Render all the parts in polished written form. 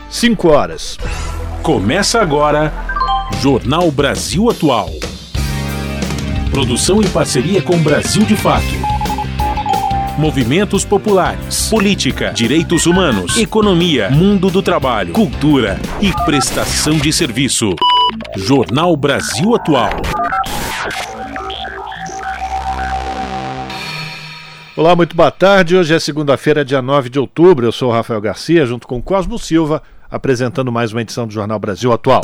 5 horas. Começa agora, Jornal Brasil Atual. Produção em parceria com Brasil de Fato. Movimentos populares, política, direitos humanos, economia, mundo do trabalho, cultura e prestação de serviço. Jornal Brasil Atual. Olá, muito boa tarde. Hoje é segunda-feira, dia 9 de outubro. Eu sou o Rafael Garcia, junto com Cosmo Silva, apresentando mais uma edição do Jornal Brasil Atual.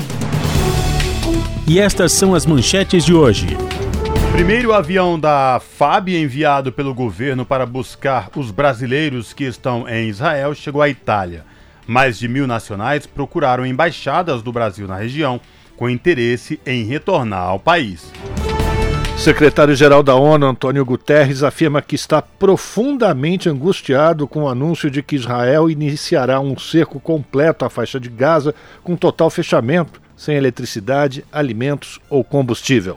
E estas são as manchetes de hoje. Primeiro avião da FAB enviado pelo governo para buscar os brasileiros que estão em Israel chegou à Itália. Mais de 1.000 nacionais procuraram embaixadas do Brasil na região com interesse em retornar ao país. Secretário-geral da ONU, Antônio Guterres, afirma que está profundamente angustiado com o anúncio de que Israel iniciará um cerco completo à faixa de Gaza, com total fechamento, sem eletricidade, alimentos ou combustível.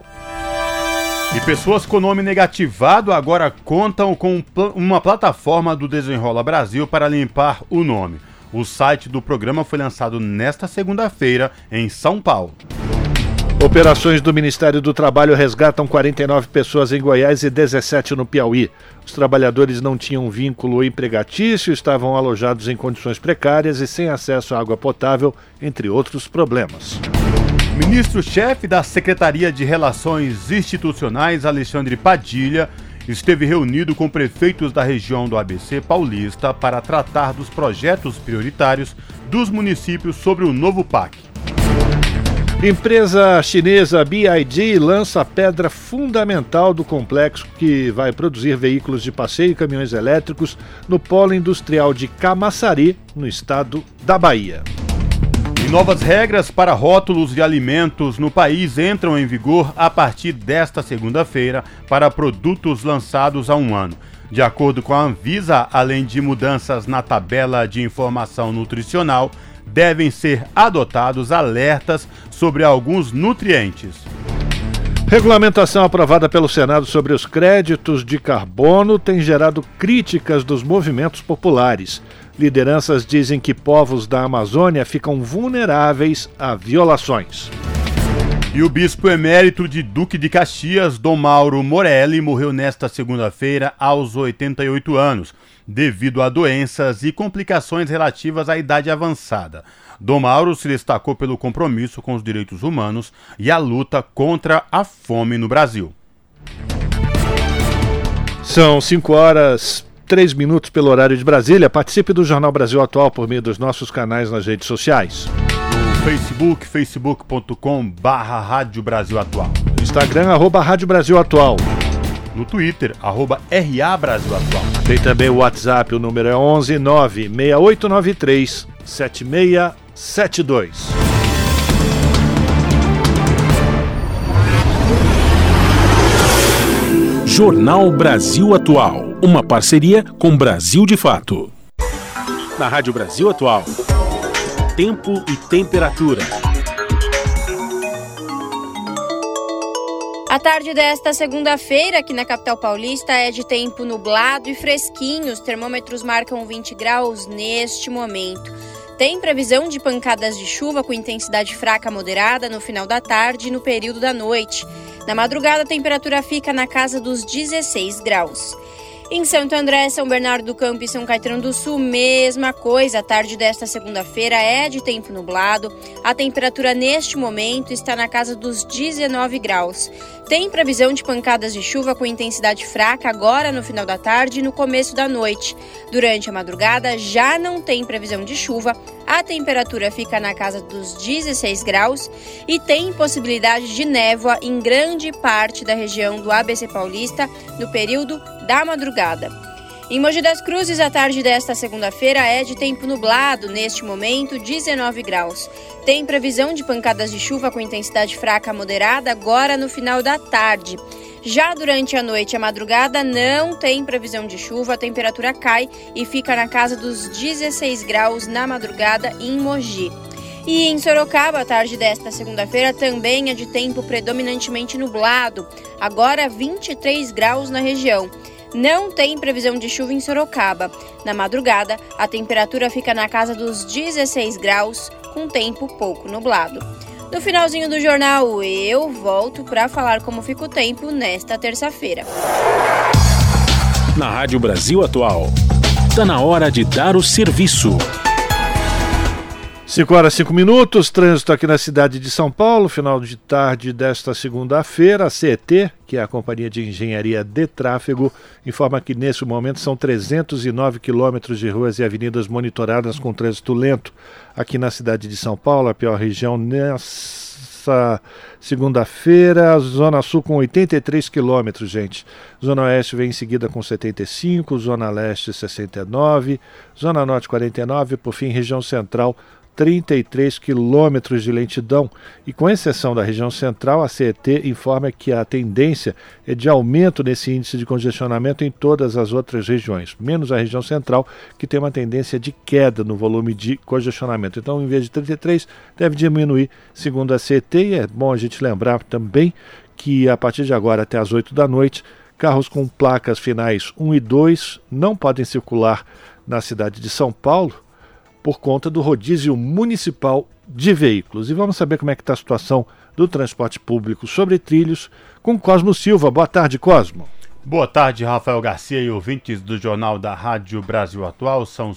E pessoas com nome negativado agora contam com uma plataforma do Desenrola Brasil para limpar o nome. O site do programa foi lançado nesta segunda-feira em São Paulo. Operações do Ministério do Trabalho resgatam 49 pessoas em Goiás e 17 no Piauí. Os trabalhadores não tinham vínculo empregatício, estavam alojados em condições precárias e sem acesso à água potável, entre outros problemas. Ministro-chefe da Secretaria de Relações Institucionais, Alexandre Padilha, esteve reunido com prefeitos da região do ABC Paulista para tratar dos projetos prioritários dos municípios sobre o novo PAC. Empresa chinesa BYD lança a pedra fundamental do complexo que vai produzir veículos de passeio e caminhões elétricos no polo industrial de Camaçari, no estado da Bahia. E novas regras para rótulos de alimentos no país entram em vigor a partir desta segunda-feira para produtos lançados há um ano. De acordo com a Anvisa, além de mudanças na tabela de informação nutricional, devem ser adotados alertas sobre alguns nutrientes. Regulamentação aprovada pelo Senado sobre os créditos de carbono tem gerado críticas dos movimentos populares. Lideranças dizem que povos da Amazônia ficam vulneráveis a violações. E o bispo emérito de Duque de Caxias, Dom Mauro Morelli, morreu nesta segunda-feira aos 88 anos, devido a doenças e complicações relativas à idade avançada. Dom Mauro se destacou pelo compromisso com os direitos humanos e a luta contra a fome no Brasil. São 5 horas, 3 minutos pelo horário de Brasília. Participe do Jornal Brasil Atual por meio dos nossos canais nas redes sociais. Facebook, facebook.com/Rádio Brasil Atual. Instagram, @Rádio Brasil Atual. No Twitter, @RA Brasil Atual. Tem também o WhatsApp, o número é 11 96893 7672. Jornal Brasil Atual, uma parceria com Brasil de Fato. Na Rádio Brasil Atual, tempo e temperatura. A tarde desta segunda-feira, aqui na capital paulista, é de tempo nublado e fresquinho. Os termômetros marcam 20 graus neste momento. Tem previsão de pancadas de chuva com intensidade fraca a moderada no final da tarde e no período da noite. Na madrugada, a temperatura fica na casa dos 16 graus. Em Santo André, São Bernardo do Campo e São Caetano do Sul, mesma coisa. A tarde desta segunda-feira é de tempo nublado. A temperatura neste momento está na casa dos 19 graus. Tem previsão de pancadas de chuva com intensidade fraca agora no final da tarde e no começo da noite. Durante a madrugada já não tem previsão de chuva. A temperatura fica na casa dos 16 graus e tem possibilidade de névoa em grande parte da região do ABC Paulista no período da madrugada. Em Mogi das Cruzes, a tarde desta segunda-feira é de tempo nublado, neste momento 19 graus. Tem previsão de pancadas de chuva com intensidade fraca a moderada agora no final da tarde. Já durante a noite e a madrugada não tem previsão de chuva, a temperatura cai e fica na casa dos 16 graus na madrugada em Mogi. E em Sorocaba, a tarde desta segunda-feira também é de tempo predominantemente nublado, agora 23 graus na região. Não tem previsão de chuva em Sorocaba. Na madrugada, a temperatura fica na casa dos 16 graus, com tempo pouco nublado. No finalzinho do jornal, eu volto para falar como fica o tempo nesta terça-feira. Na Rádio Brasil Atual, está na hora de dar o serviço. 5h05, trânsito aqui na cidade de São Paulo, final de tarde desta segunda-feira. A CET, que é a Companhia de Engenharia de Tráfego, informa que nesse momento são 309 quilômetros de ruas e avenidas monitoradas com trânsito lento aqui na cidade de São Paulo, a pior região nessa segunda-feira. Zona Sul com 83 quilômetros, gente. Zona Oeste vem em seguida com 75, Zona Leste 69, Zona Norte 49, por fim, região Central 33 quilômetros de lentidão. E com exceção da região central, a CET informa que a tendência é de aumento nesse índice de congestionamento em todas as outras regiões, menos a região central, que tem uma tendência de queda no volume de congestionamento. Então, em vez de 33, deve diminuir, segundo a CET. E é bom a gente lembrar também que a partir de agora até as 8 da noite, carros com placas finais 1 e 2 não podem circular na cidade de São Paulo, por conta do rodízio municipal de veículos. E vamos saber como é que está a situação do transporte público sobre trilhos com Cosmo Silva. Boa tarde, Cosmo. Boa tarde, Rafael Garcia e ouvintes do Jornal da Rádio Brasil Atual. São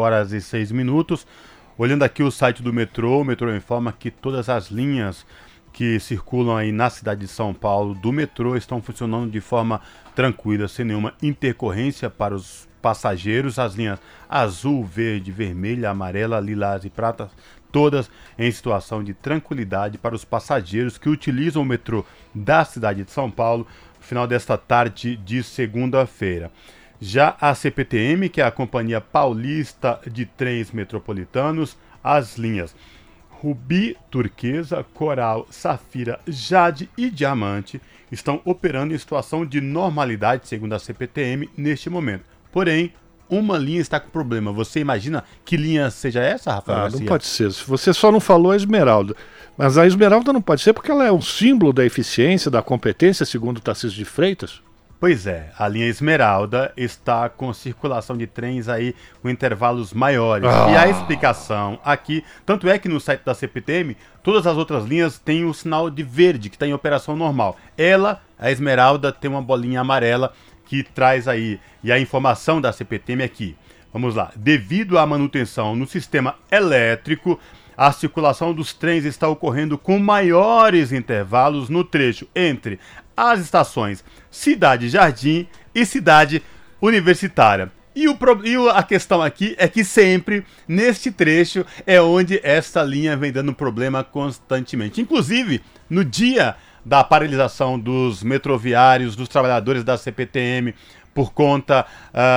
5h06. Olhando aqui o site do metrô, o metrô informa que todas as linhas que circulam aí na cidade de São Paulo do metrô estão funcionando de forma tranquila, sem nenhuma intercorrência para os passageiros. As linhas azul, verde, vermelha, amarela, lilás e prata, todas em situação de tranquilidade para os passageiros que utilizam o metrô da cidade de São Paulo no final desta tarde de segunda-feira. Já a CPTM, que é a Companhia Paulista de Trens Metropolitanos, as linhas Rubi, Turquesa, Coral, Safira, Jade e Diamante estão operando em situação de normalidade, segundo a CPTM, neste momento. Porém, uma linha está com problema. Você imagina que linha seja essa, Rafael Garcia? Não pode ser. Você só não falou a Esmeralda. Mas a Esmeralda não pode ser porque ela é um símbolo da eficiência, da competência, segundo o Tarcísio de Freitas. Pois é, a linha Esmeralda está com circulação de trens aí com intervalos maiores. E a explicação aqui, tanto é que no site da CPTM, todas as outras linhas têm o sinal de verde, que está em operação normal. Ela, a Esmeralda, tem uma bolinha amarela que traz aí, e a informação da CPTM é aqui. Vamos lá. Devido à manutenção no sistema elétrico, a circulação dos trens está ocorrendo com maiores intervalos no trecho entre as estações Cidade Jardim e Cidade Universitária. E a questão aqui é que sempre, neste trecho, é onde essa linha vem dando problema constantemente. Inclusive, no dia da paralisação dos metroviários, dos trabalhadores da CPTM, por conta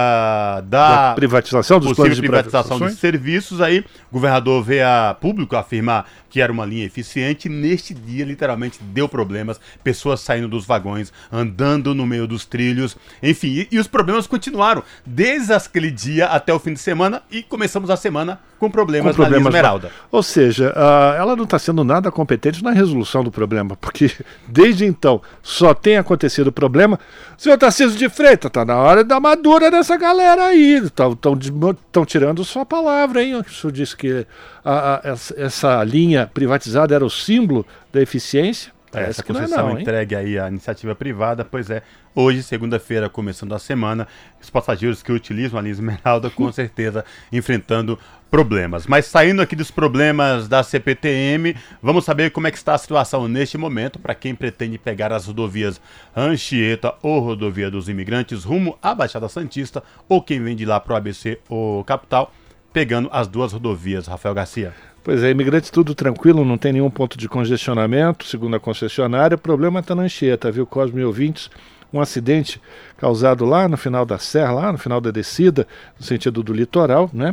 da privatização dos planos de privatização de serviços, aí o governador veio a público afirmar que era uma linha eficiente. Neste dia, literalmente, deu problemas, pessoas saindo dos vagões, andando no meio dos trilhos, enfim, e os problemas continuaram desde aquele dia até o fim de semana, e começamos a semana com problemas na linha Esmeralda. Ou seja, ela não está sendo nada competente na resolução do problema, porque desde então só tem acontecido problema. O senhor Tarcísio de Freitas, está na hora da madura dessa galera aí, estão tirando sua palavra, hein? O senhor disse que essa linha privatizada era o símbolo da eficiência. Essa concessão entregue aí à iniciativa privada. Pois é, hoje, segunda-feira, começando a semana, os passageiros que utilizam a linha Esmeralda, com certeza, enfrentando problemas. Mas saindo aqui dos problemas da CPTM, vamos saber como é que está a situação neste momento para quem pretende pegar as rodovias Anchieta ou Rodovia dos Imigrantes rumo à Baixada Santista, ou quem vem de lá para o ABC ou Capital, pegando as duas rodovias, Rafael Garcia. Pois é, Imigrantes tudo tranquilo, não tem nenhum ponto de congestionamento, segundo a concessionária. O problema está na Anchieta, viu, Cosme e ouvintes? Um acidente causado lá no final da serra, lá no final da descida, no sentido do litoral, né?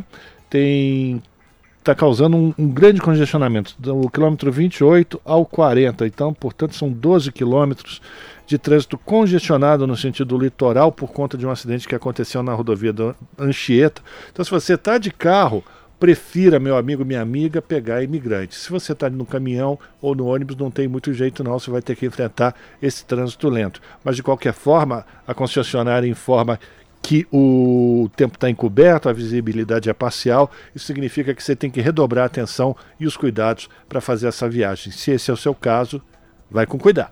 Está causando um grande congestionamento, do quilômetro 28 ao 40. Então, portanto, são 12 quilômetros de trânsito congestionado no sentido litoral por conta de um acidente que aconteceu na rodovia da Anchieta. Então, se você está de carro, prefira, meu amigo, minha amiga, pegar imigrante. Se você está no caminhão ou no ônibus, não tem muito jeito não, você vai ter que enfrentar esse trânsito lento. Mas, de qualquer forma, a concessionária informa que o tempo está encoberto, a visibilidade é parcial, isso significa que você tem que redobrar a atenção e os cuidados para fazer essa viagem. Se esse é o seu caso, vai com cuidado.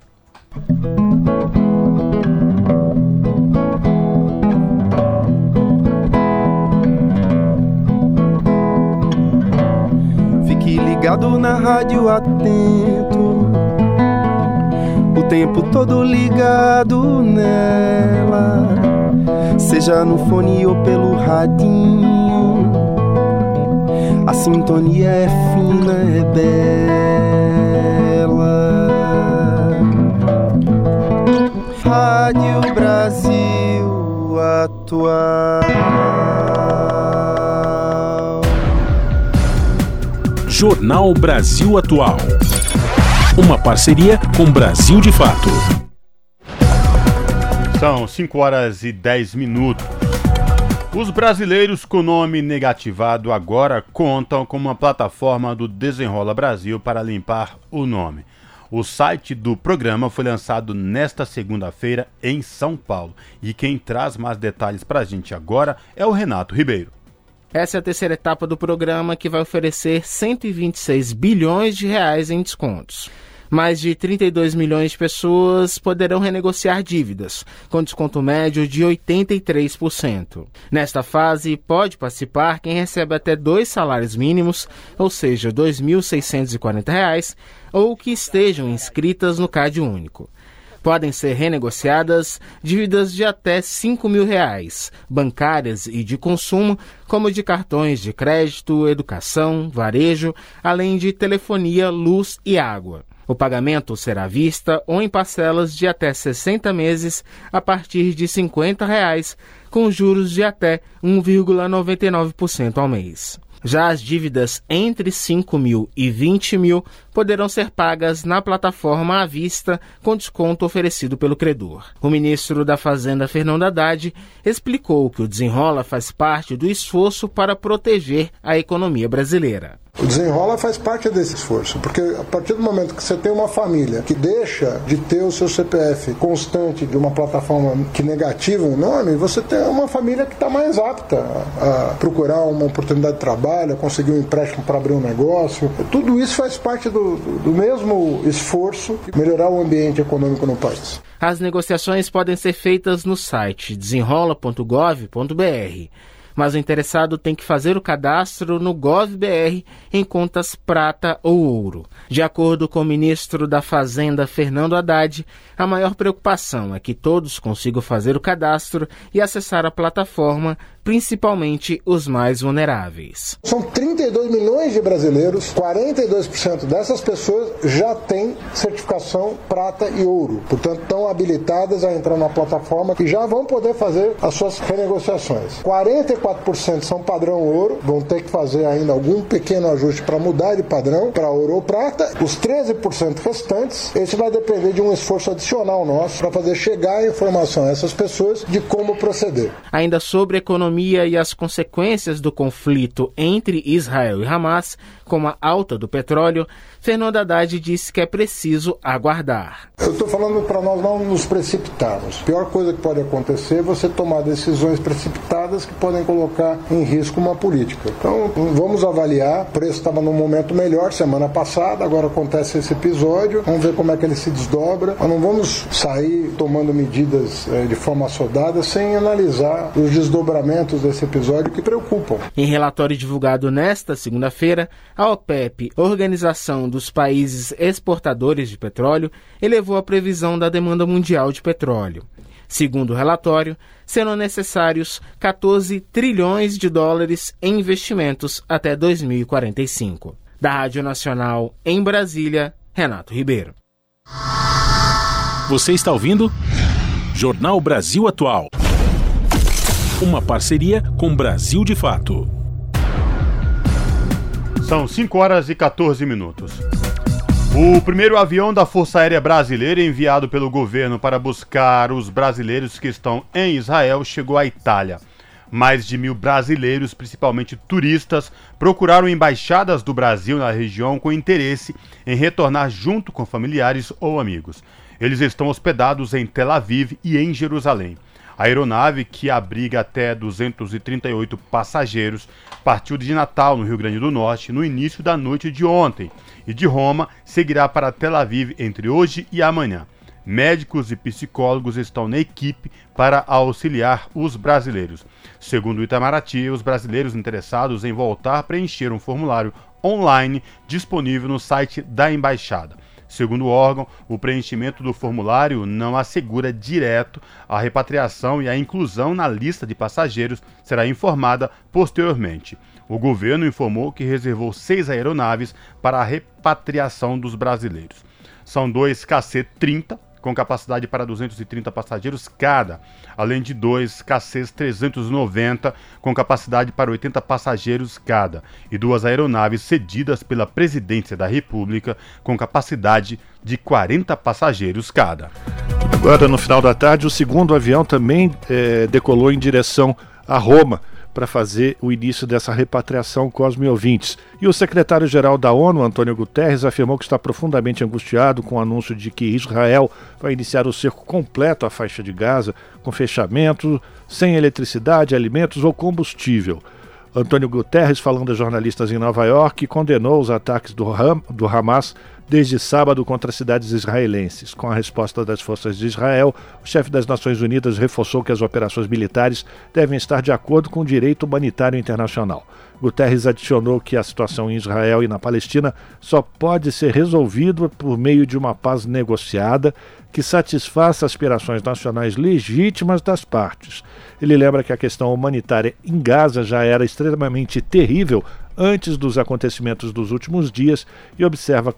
Fique ligado na rádio atento, o tempo todo ligado nela, seja no fone ou pelo radinho, a sintonia é fina, é bela. Rádio Brasil Atual. Jornal Brasil Atual. Uma parceria com Brasil de Fato. São 5h10. Os brasileiros com nome negativado agora contam com uma plataforma do Desenrola Brasil para limpar o nome. O site do programa foi lançado nesta segunda-feira em São Paulo. E quem traz mais detalhes para a gente agora é o Renato Ribeiro. Essa é a terceira etapa do programa, que vai oferecer 126 bilhões de reais em descontos. Mais de 32 milhões de pessoas poderão renegociar dívidas, com desconto médio de 83%. Nesta fase, pode participar quem recebe até 2 salários mínimos, ou seja, R$ 2.640, ou que estejam inscritas no Cade Único. Podem ser renegociadas dívidas de até R$ 5.000, bancárias e de consumo, como de cartões de crédito, educação, varejo, além de telefonia, luz e água. O pagamento será à vista ou em parcelas de até 60 meses a partir de R$ 50, com juros de até 1,99% ao mês. Já as dívidas entre 5 mil e 20 mil poderão ser pagas na plataforma à vista com desconto oferecido pelo credor. O ministro da Fazenda, Fernando Haddad, explicou que o Desenrola faz parte do esforço para proteger a economia brasileira. O Desenrola faz parte desse esforço, porque a partir do momento que você tem uma família que deixa de ter o seu CPF constante de uma plataforma que negativa um nome, você tem uma família que está mais apta a procurar uma oportunidade de trabalho, a conseguir um empréstimo para abrir um negócio. Tudo isso faz parte do mesmo esforço de melhorar o ambiente econômico no país. As negociações podem ser feitas no site desenrola.gov.br. Mas o interessado tem que fazer o cadastro no GovBR em contas prata ou ouro. De acordo com o ministro da Fazenda, Fernando Haddad, a maior preocupação é que todos consigam fazer o cadastro e acessar a plataforma, principalmente os mais vulneráveis. São 32 milhões de brasileiros, 42% dessas pessoas já têm certificação prata e ouro. Portanto, estão habilitadas a entrar na plataforma e já vão poder fazer as suas renegociações. 44% são padrão ouro, vão ter que fazer ainda algum pequeno ajuste para mudar de padrão para ouro ou prata. Os 13% restantes, esse vai depender de um esforço adicional nosso para fazer chegar a informação a essas pessoas de como proceder. Ainda sobre economia e as consequências do conflito entre Israel e Hamas, como a alta do petróleo, Fernando Haddad disse que é preciso aguardar. Eu estou falando para nós não nos precipitarmos. A pior coisa que pode acontecer é você tomar decisões precipitadas que podem colocar em risco uma política. Então, vamos avaliar. O preço estava num momento melhor semana passada, agora acontece esse episódio. Vamos ver como é que ele se desdobra. Nós não vamos sair tomando medidas de forma assodada sem analisar os desdobramentos desse episódio que preocupam. Em relatório divulgado nesta segunda-feira, a OPEP, Organização dos Países Exportadores de Petróleo, elevou a previsão da demanda mundial de petróleo. Segundo o relatório, serão necessários 14 trilhões de dólares em investimentos até 2045. Da Rádio Nacional em Brasília, Renato Ribeiro. Você está ouvindo Jornal Brasil Atual. Uma parceria com Brasil de Fato. São 5h14. O primeiro avião da Força Aérea Brasileira enviado pelo governo para buscar os brasileiros que estão em Israel chegou à Itália. Mais de 1.000 brasileiros, principalmente turistas, procuraram embaixadas do Brasil na região com interesse em retornar junto com familiares ou amigos. Eles estão hospedados em Tel Aviv e em Jerusalém. A aeronave, que abriga até 238 passageiros, partiu de Natal, no Rio Grande do Norte, no início da noite de ontem, e de Roma seguirá para Tel Aviv entre hoje e amanhã. Médicos e psicólogos estão na equipe para auxiliar os brasileiros. Segundo o Itamaraty, os brasileiros interessados em voltar preencheram um formulário online disponível no site da Embaixada. Segundo o órgão, o preenchimento do formulário não assegura direto a repatriação e a inclusão na lista de passageiros será informada posteriormente. O governo informou que reservou 6 aeronaves para a repatriação dos brasileiros. São 2 KC-30, com capacidade para 230 passageiros cada, além de 2 KC-390, com capacidade para 80 passageiros cada, e 2 aeronaves cedidas pela Presidência da República, com capacidade de 40 passageiros cada. Agora, no final da tarde, o segundo avião também decolou em direção a Roma, para fazer o início dessa repatriação, Cosme e ouvintes. E o secretário-geral da ONU, Antônio Guterres, afirmou que está profundamente angustiado com o anúncio de que Israel vai iniciar o cerco completo à faixa de Gaza, com fechamento, sem eletricidade, alimentos ou combustível. Antônio Guterres, falando a jornalistas em Nova York, condenou os ataques do Hamas desde sábado contra cidades israelenses. Com a resposta das forças de Israel, o chefe das Nações Unidas reforçou que as operações militares devem estar de acordo com o direito humanitário internacional. Guterres adicionou que a situação em Israel e na Palestina só pode ser resolvida por meio de uma paz negociada que satisfaça aspirações nacionais legítimas das partes. Ele lembra que a questão humanitária em Gaza já era extremamente terrível antes dos acontecimentos dos últimos dias e observa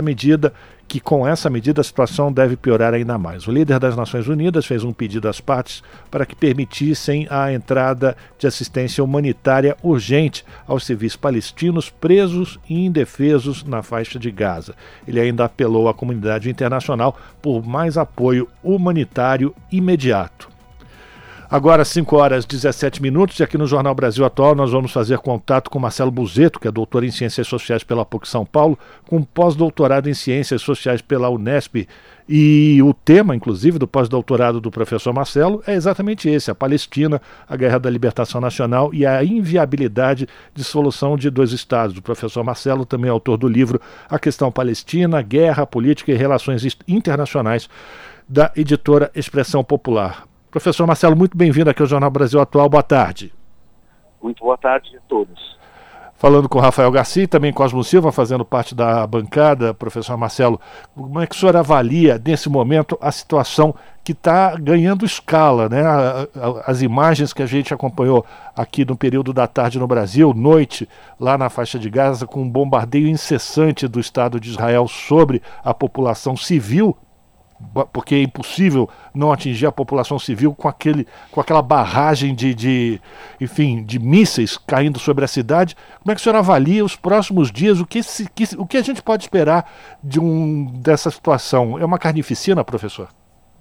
que com essa medida a situação deve piorar ainda mais. O líder das Nações Unidas fez um pedido às partes para que permitissem a entrada de assistência humanitária urgente aos civis palestinos presos e indefesos na faixa de Gaza. Ele ainda apelou à comunidade internacional por mais apoio humanitário imediato. Agora, 5h17, e aqui no Jornal Brasil Atual nós vamos fazer contato com Marcelo Buzetto, que é doutor em Ciências Sociais pela PUC São Paulo, com pós-doutorado em Ciências Sociais pela Unesp. E o tema, inclusive, do pós-doutorado do professor Marcelo é exatamente esse: a Palestina, a Guerra da Libertação Nacional e a inviabilidade de solução de 2 estados. O professor Marcelo também é autor do livro A Questão Palestina, Guerra, Política e Relações Internacionais, da editora Expressão Popular. Professor Marcelo, muito bem-vindo aqui ao Jornal Brasil Atual. Boa tarde. Muito boa tarde a todos. Falando com o Rafael Garcia, também Cosmo Silva, fazendo parte da bancada. Professor Marcelo, como é que o senhor avalia, nesse momento, a situação que está ganhando escala, né? As imagens que a gente acompanhou aqui no período da tarde no Brasil, noite, lá na faixa de Gaza, com um bombardeio incessante do Estado de Israel sobre a população civil, porque é impossível não atingir a população civil com aquela barragem de mísseis caindo sobre a cidade. Como é que o senhor avalia os próximos dias? O que a gente pode esperar dessa situação? É uma carnificina, professor?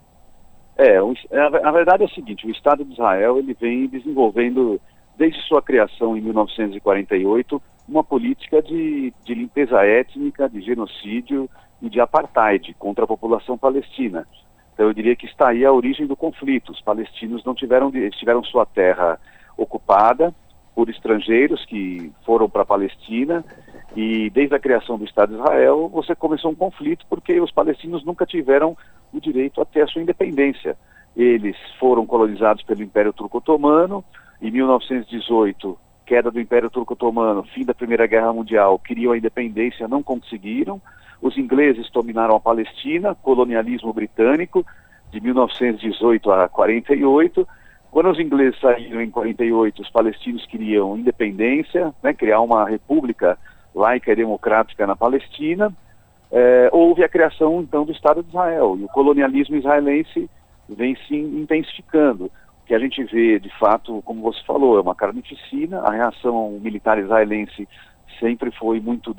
A verdade é o seguinte: o Estado de Israel ele vem desenvolvendo, desde sua criação em 1948, uma política de limpeza étnica, de genocídio e de apartheid contra a população palestina. Então eu diria que está aí a origem do conflito. Os palestinos tiveram sua terra ocupada por estrangeiros que foram para a Palestina, e desde a criação do Estado de Israel você começou um conflito porque os palestinos nunca tiveram o direito a ter a sua independência. Eles foram colonizados pelo Império Turco-Otomano. Em 1918, queda do Império Turco-Otomano, fim da Primeira Guerra Mundial, queriam a independência, não conseguiram. Os ingleses dominaram a Palestina, colonialismo britânico, de 1918 a 48. Quando os ingleses saíram em 48, os palestinos queriam independência, né, criar uma república laica e democrática na Palestina. Houve a criação, então, do Estado de Israel, e o colonialismo israelense vem se intensificando. O que a gente vê, de fato, como você falou, é uma carnificina. A reação militar israelense sempre foi muito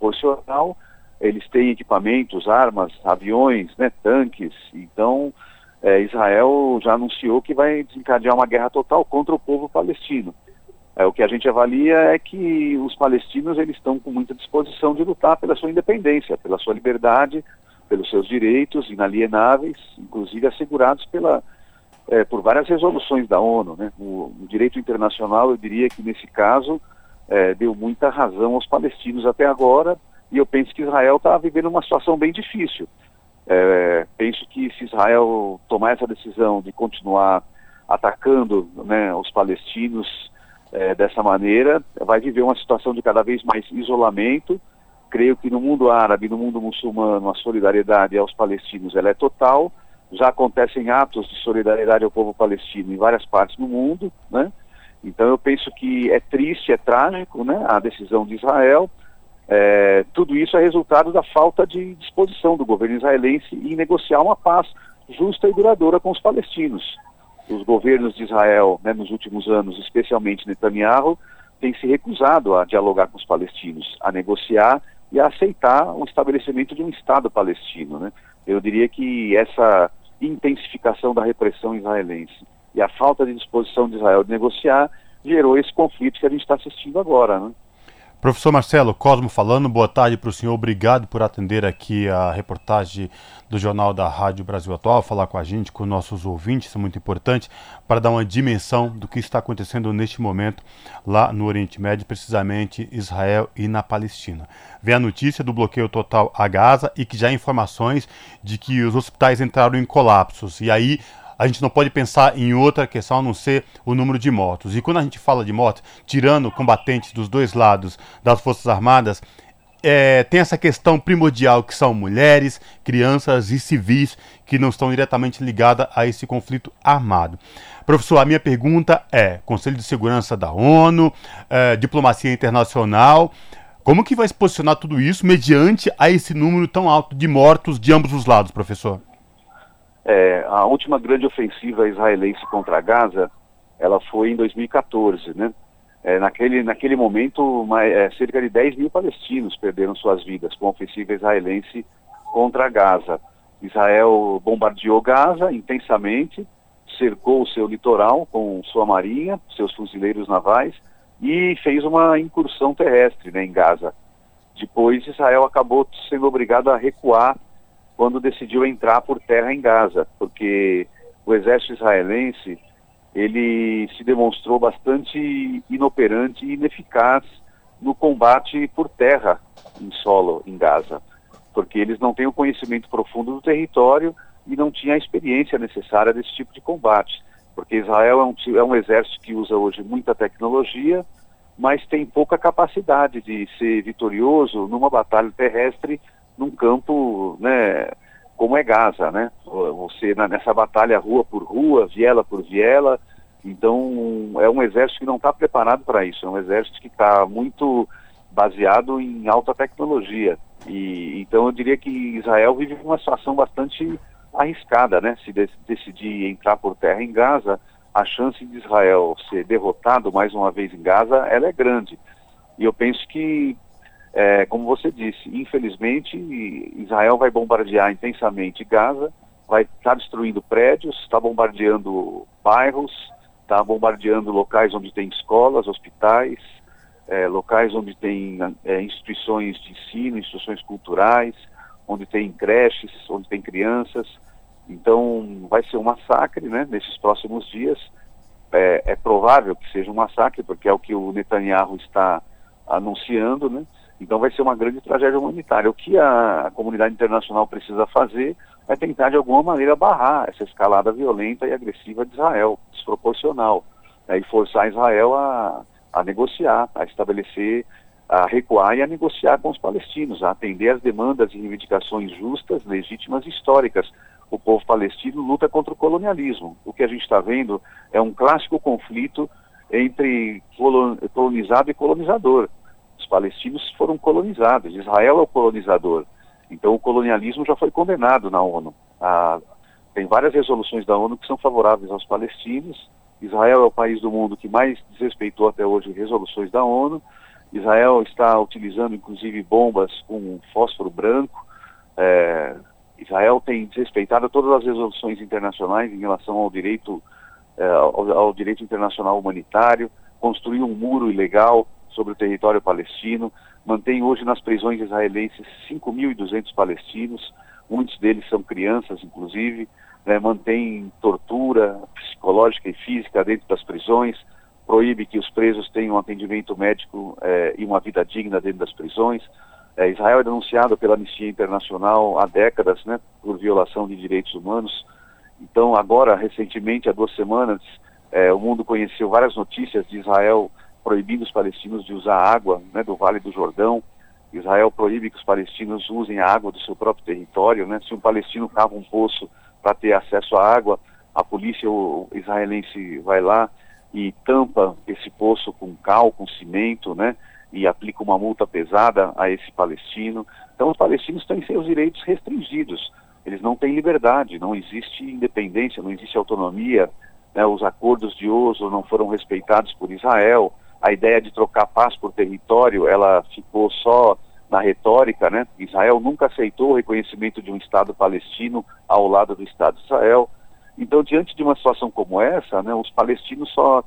desproporcional. Eles têm equipamentos, armas, aviões, né, tanques. Então, Israel já anunciou que vai desencadear uma guerra total contra o povo palestino. O que a gente avalia é que os palestinos eles estão com muita disposição de lutar pela sua independência, pela sua liberdade, pelos seus direitos inalienáveis, inclusive assegurados por várias resoluções da ONU, né? O direito internacional, eu diria que nesse caso, deu muita razão aos palestinos até agora, e eu penso que Israel está vivendo uma situação bem difícil. Penso que se Israel tomar essa decisão de continuar atacando, né, os palestinos dessa maneira, vai viver uma situação de cada vez mais isolamento. Creio que no mundo árabe, no mundo muçulmano, a solidariedade aos palestinos ela é total. Já acontecem atos de solidariedade ao povo palestino em várias partes do mundo, né? Então eu penso que é triste, é trágico, né, a decisão de Israel. Tudo isso é resultado da falta de disposição do governo israelense em negociar uma paz justa e duradoura com os palestinos. Os governos de Israel, né, nos últimos anos, especialmente Netanyahu, têm se recusado a dialogar com os palestinos, a negociar e a aceitar o estabelecimento de um Estado palestino, né? Eu diria que essa intensificação da repressão israelense e a falta de disposição de Israel de negociar gerou esse conflito que a gente está assistindo agora, né? Professor Marcelo, Cosmo falando, boa tarde para o senhor, obrigado por atender aqui a reportagem do Jornal da Rádio Brasil Atual, falar com a gente, com nossos ouvintes, isso é muito importante, para dar uma dimensão do que está acontecendo neste momento lá no Oriente Médio, precisamente Israel e na Palestina. Vem a notícia do bloqueio total a Gaza e que já há informações de que os hospitais entraram em colapsos, e aí a gente não pode pensar em outra questão a não ser o número de mortos. E quando a gente fala de mortos, tirando combatentes dos dois lados das Forças Armadas, tem essa questão primordial que são mulheres, crianças e civis que não estão diretamente ligadas a esse conflito armado. Professor, a minha pergunta é, Conselho de Segurança da ONU, diplomacia internacional, como que vai se posicionar tudo isso mediante a esse número tão alto de mortos de ambos os lados, professor? A última grande ofensiva israelense contra Gaza, ela foi em 2014, né? Naquele momento, cerca de 10 mil palestinos perderam suas vidas com a ofensiva israelense contra Gaza. Israel bombardeou Gaza intensamente, cercou o seu litoral com sua marinha, seus fuzileiros navais, e fez uma incursão terrestre, né, em Gaza. Depois, Israel acabou sendo obrigado a recuar quando decidiu entrar por terra em Gaza, porque o exército israelense ele se demonstrou bastante inoperante e ineficaz no combate por terra em solo em Gaza, porque eles não têm o conhecimento profundo do território e não tinham a experiência necessária desse tipo de combate, porque Israel é um exército que usa hoje muita tecnologia, mas tem pouca capacidade de ser vitorioso numa batalha terrestre num campo, né, como é Gaza, né? Você nessa batalha rua por rua, viela por viela, então é um exército que não está preparado para isso, é um exército que está muito baseado em alta tecnologia, e então eu diria que Israel vive uma situação bastante arriscada, né? Se decidir entrar por terra em Gaza, a chance de Israel ser derrotado mais uma vez em Gaza, ela é grande, e eu penso que como você disse, infelizmente Israel vai bombardear intensamente Gaza, vai estar destruindo prédios, está bombardeando bairros, está bombardeando locais onde tem escolas, hospitais, locais onde tem instituições de ensino, instituições culturais, onde tem creches, onde tem crianças. Então vai ser um massacre, né, nesses próximos dias. É provável que seja um massacre, porque é o que o Netanyahu está anunciando, né? Então vai ser uma grande tragédia humanitária. O que a comunidade internacional precisa fazer é tentar de alguma maneira barrar essa escalada violenta e agressiva de Israel, desproporcional, e forçar Israel a negociar, a estabelecer, a recuar e a negociar com os palestinos, a atender às demandas e reivindicações justas, legítimas e históricas. O povo palestino luta contra o colonialismo. O que a gente está vendo é um clássico conflito entre colonizado e colonizador. Os palestinos foram colonizados, Israel é o colonizador. Então o colonialismo já foi condenado na ONU. Tem várias resoluções da ONU que são favoráveis aos palestinos. Israel é o país do mundo que mais desrespeitou até hoje resoluções da ONU. Israel está utilizando inclusive bombas com fósforo branco, Israel tem desrespeitado todas as resoluções internacionais em relação ao direito internacional humanitário, construiu um muro ilegal sobre o território palestino, mantém hoje nas prisões israelenses 5.200 palestinos, muitos deles são crianças, inclusive, mantém tortura psicológica e física dentro das prisões, proíbe que os presos tenham atendimento médico e uma vida digna dentro das prisões. Israel é denunciado pela Anistia Internacional há décadas, por violação de direitos humanos. Então, agora, recentemente, há 2 semanas, o mundo conheceu várias notícias de Israel proibindo os palestinos de usar água do Vale do Jordão. Israel proíbe que os palestinos usem a água do seu próprio território. Se um palestino cava um poço para ter acesso à água, a polícia israelense vai lá e tampa esse poço com cal, com cimento, e aplica uma multa pesada a esse palestino. Então, os palestinos têm seus direitos restringidos. Eles não têm liberdade, não existe independência, não existe autonomia. Os acordos de Oslo não foram respeitados por Israel. A ideia de trocar paz por território, ela ficou só na retórica, Israel nunca aceitou o reconhecimento de um Estado palestino ao lado do Estado de Israel. Então, diante de uma situação como essa, os palestinos só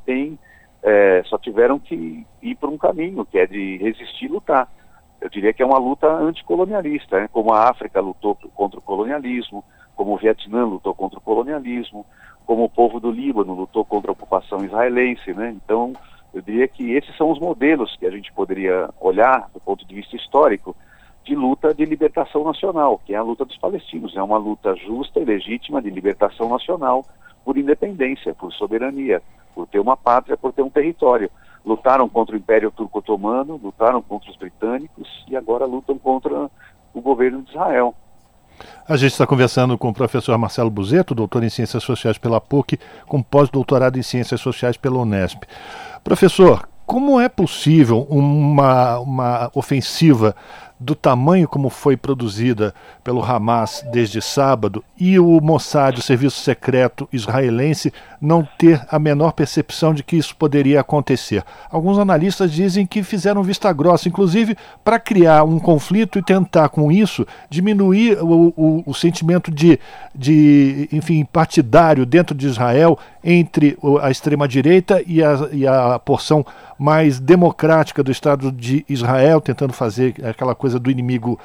tiveram que ir por um caminho, que é de resistir e lutar. Eu diria que é uma luta anticolonialista, como a África lutou contra o colonialismo, como o Vietnã lutou contra o colonialismo, como o povo do Líbano lutou contra a ocupação israelense, Então, eu diria que esses são os modelos que a gente poderia olhar do ponto de vista histórico de luta de libertação nacional, que é a luta dos palestinos. É uma luta justa e legítima de libertação nacional por independência, por soberania, por ter uma pátria, por ter um território. Lutaram contra o Império Turco-Otomano, lutaram contra os britânicos e agora lutam contra o governo de Israel. A gente está conversando com o professor Marcelo Buzetto, doutor em Ciências Sociais pela PUC, com pós-doutorado em Ciências Sociais pela Unesp. Professor, como é possível uma ofensiva do tamanho como foi produzida pelo Hamas desde sábado e o Mossad, o serviço secreto israelense, não ter a menor percepção de que isso poderia acontecer? Alguns analistas dizem que fizeram vista grossa, inclusive para criar um conflito e tentar com isso diminuir o sentimento de partidário dentro de Israel entre a extrema-direita e a porção mais democrática do Estado de Israel, tentando fazer aquela coisa do inimigo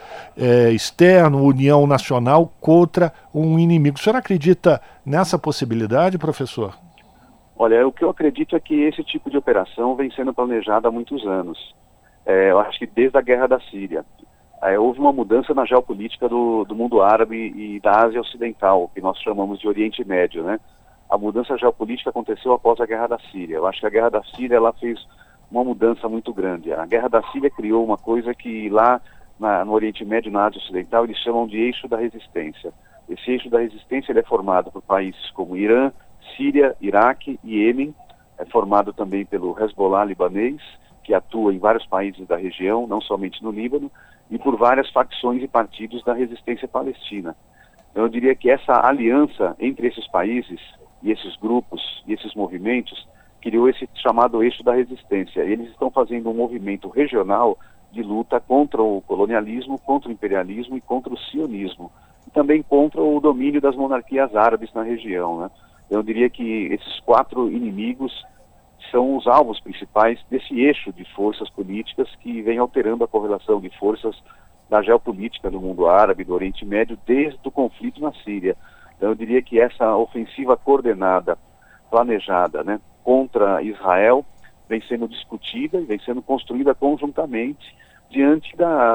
externo, união nacional contra um inimigo. O senhor acredita nessa possibilidade, professor? Olha, o que eu acredito é que esse tipo de operação vem sendo planejada há muitos anos. Eu acho que desde a Guerra da Síria. Houve uma mudança na geopolítica do mundo árabe e da Ásia Ocidental, que nós chamamos de Oriente Médio, A mudança geopolítica aconteceu após a Guerra da Síria. Eu acho que a Guerra da Síria ela fez uma mudança muito grande. A Guerra da Síria criou uma coisa que lá no Oriente Médio, na Ásia Ocidental, eles chamam de eixo da resistência. Esse eixo da resistência ele é formado por países como Irã, Síria, Iraque e Iêmen, é formado também pelo Hezbollah libanês, que atua em vários países da região, não somente no Líbano, e por várias facções e partidos da resistência palestina. Então, eu diria que essa aliança entre esses países e esses grupos e esses movimentos criou esse chamado eixo da resistência. Eles estão fazendo um movimento regional de luta contra o colonialismo, contra o imperialismo e contra o sionismo. E também contra o domínio das monarquias árabes na região, Eu diria que esses 4 inimigos são os alvos principais desse eixo de forças políticas que vem alterando a correlação de forças da geopolítica do mundo árabe, do Oriente Médio, desde o conflito na Síria. Então eu diria que essa ofensiva coordenada, planejada, contra Israel, vem sendo discutida e vem sendo construída conjuntamente diante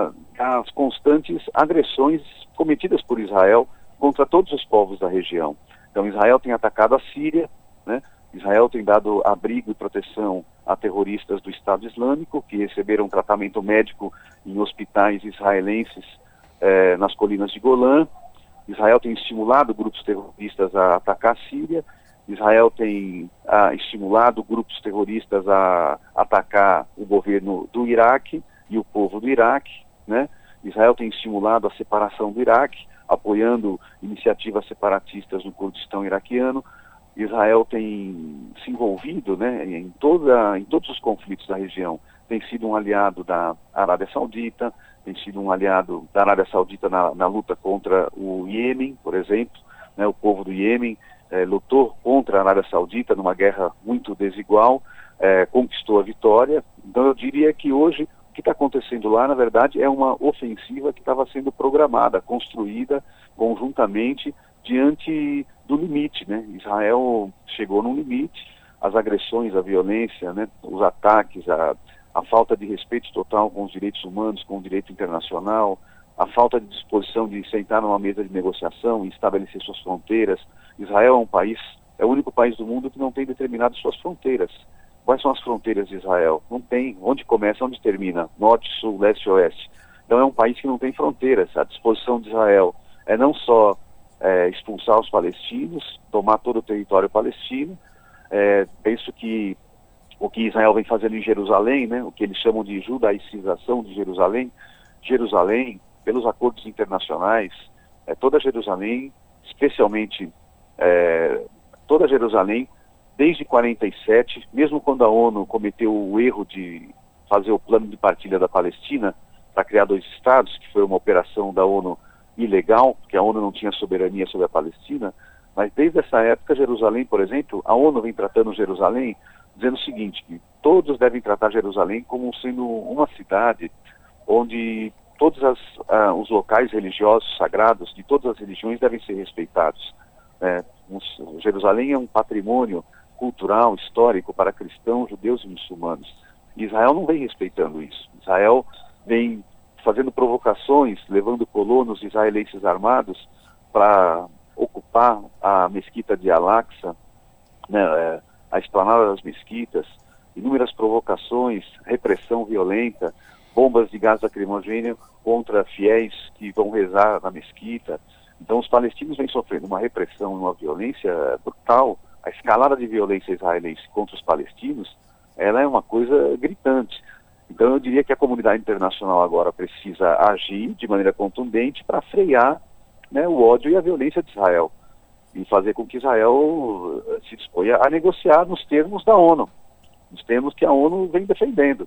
das constantes agressões cometidas por Israel contra todos os povos da região. Então Israel tem atacado a Síria, Israel tem dado abrigo e proteção a terroristas do Estado Islâmico, que receberam tratamento médico em hospitais israelenses nas colinas de Golã. Israel tem estimulado grupos terroristas a atacar a Síria. Israel tem estimulado grupos terroristas a atacar o governo do Iraque e o povo do Iraque, Israel tem estimulado a separação do Iraque, apoiando iniciativas separatistas no Kurdistão iraquiano. Israel tem se envolvido em todos os conflitos da região, tem sido um aliado da Arábia Saudita, tem sido um aliado da Arábia Saudita na luta contra o Iêmen, por exemplo, né? O povo do Iêmen lutou contra a Arábia Saudita numa guerra muito desigual, conquistou a vitória. Então eu diria que hoje o que está acontecendo lá, na verdade, é uma ofensiva que estava sendo programada, construída conjuntamente diante do limite, né? Israel chegou num limite, as agressões, a violência, né? Os ataques, a falta de respeito total com os direitos humanos, com o direito internacional, a falta de disposição de sentar numa mesa de negociação e estabelecer suas fronteiras. Israel é o único país do mundo que não tem determinado suas fronteiras. Quais são as fronteiras de Israel? Não tem. Onde começa, onde termina? Norte, sul, leste, oeste. Então é um país que não tem fronteiras. A disposição de Israel é não só expulsar os palestinos, tomar todo o território palestino. Penso que o que Israel vem fazendo em Jerusalém, né, o que eles chamam de judaicização de Jerusalém, pelos acordos internacionais, toda Jerusalém, especialmente toda Jerusalém, desde 47, mesmo quando a ONU cometeu o erro de fazer o plano de partilha da Palestina para criar 2 estados, que foi uma operação da ONU ilegal, porque a ONU não tinha soberania sobre a Palestina, mas desde essa época, Jerusalém, por exemplo, a ONU vem tratando Jerusalém dizendo o seguinte, que todos devem tratar Jerusalém como sendo uma cidade onde todos os locais religiosos sagrados de todas as religiões devem ser respeitados. Jerusalém é um patrimônio cultural, histórico para cristãos, judeus e muçulmanos. E Israel não vem respeitando isso. Israel vem fazendo provocações, levando colonos israelenses armados para ocupar a mesquita de Al-Aqsa, né, a esplanada das mesquitas, inúmeras provocações, repressão violenta, bombas de gás lacrimogêneo contra fiéis que vão rezar na mesquita. Então os palestinos vêm sofrendo uma repressão e uma violência brutal. A escalada de violência israelense contra os palestinos, ela é uma coisa gritante. Então eu diria que a comunidade internacional agora precisa agir de maneira contundente para frear, né, o ódio e a violência de Israel e fazer com que Israel se disponha a negociar nos termos da ONU, nos termos que a ONU vem defendendo.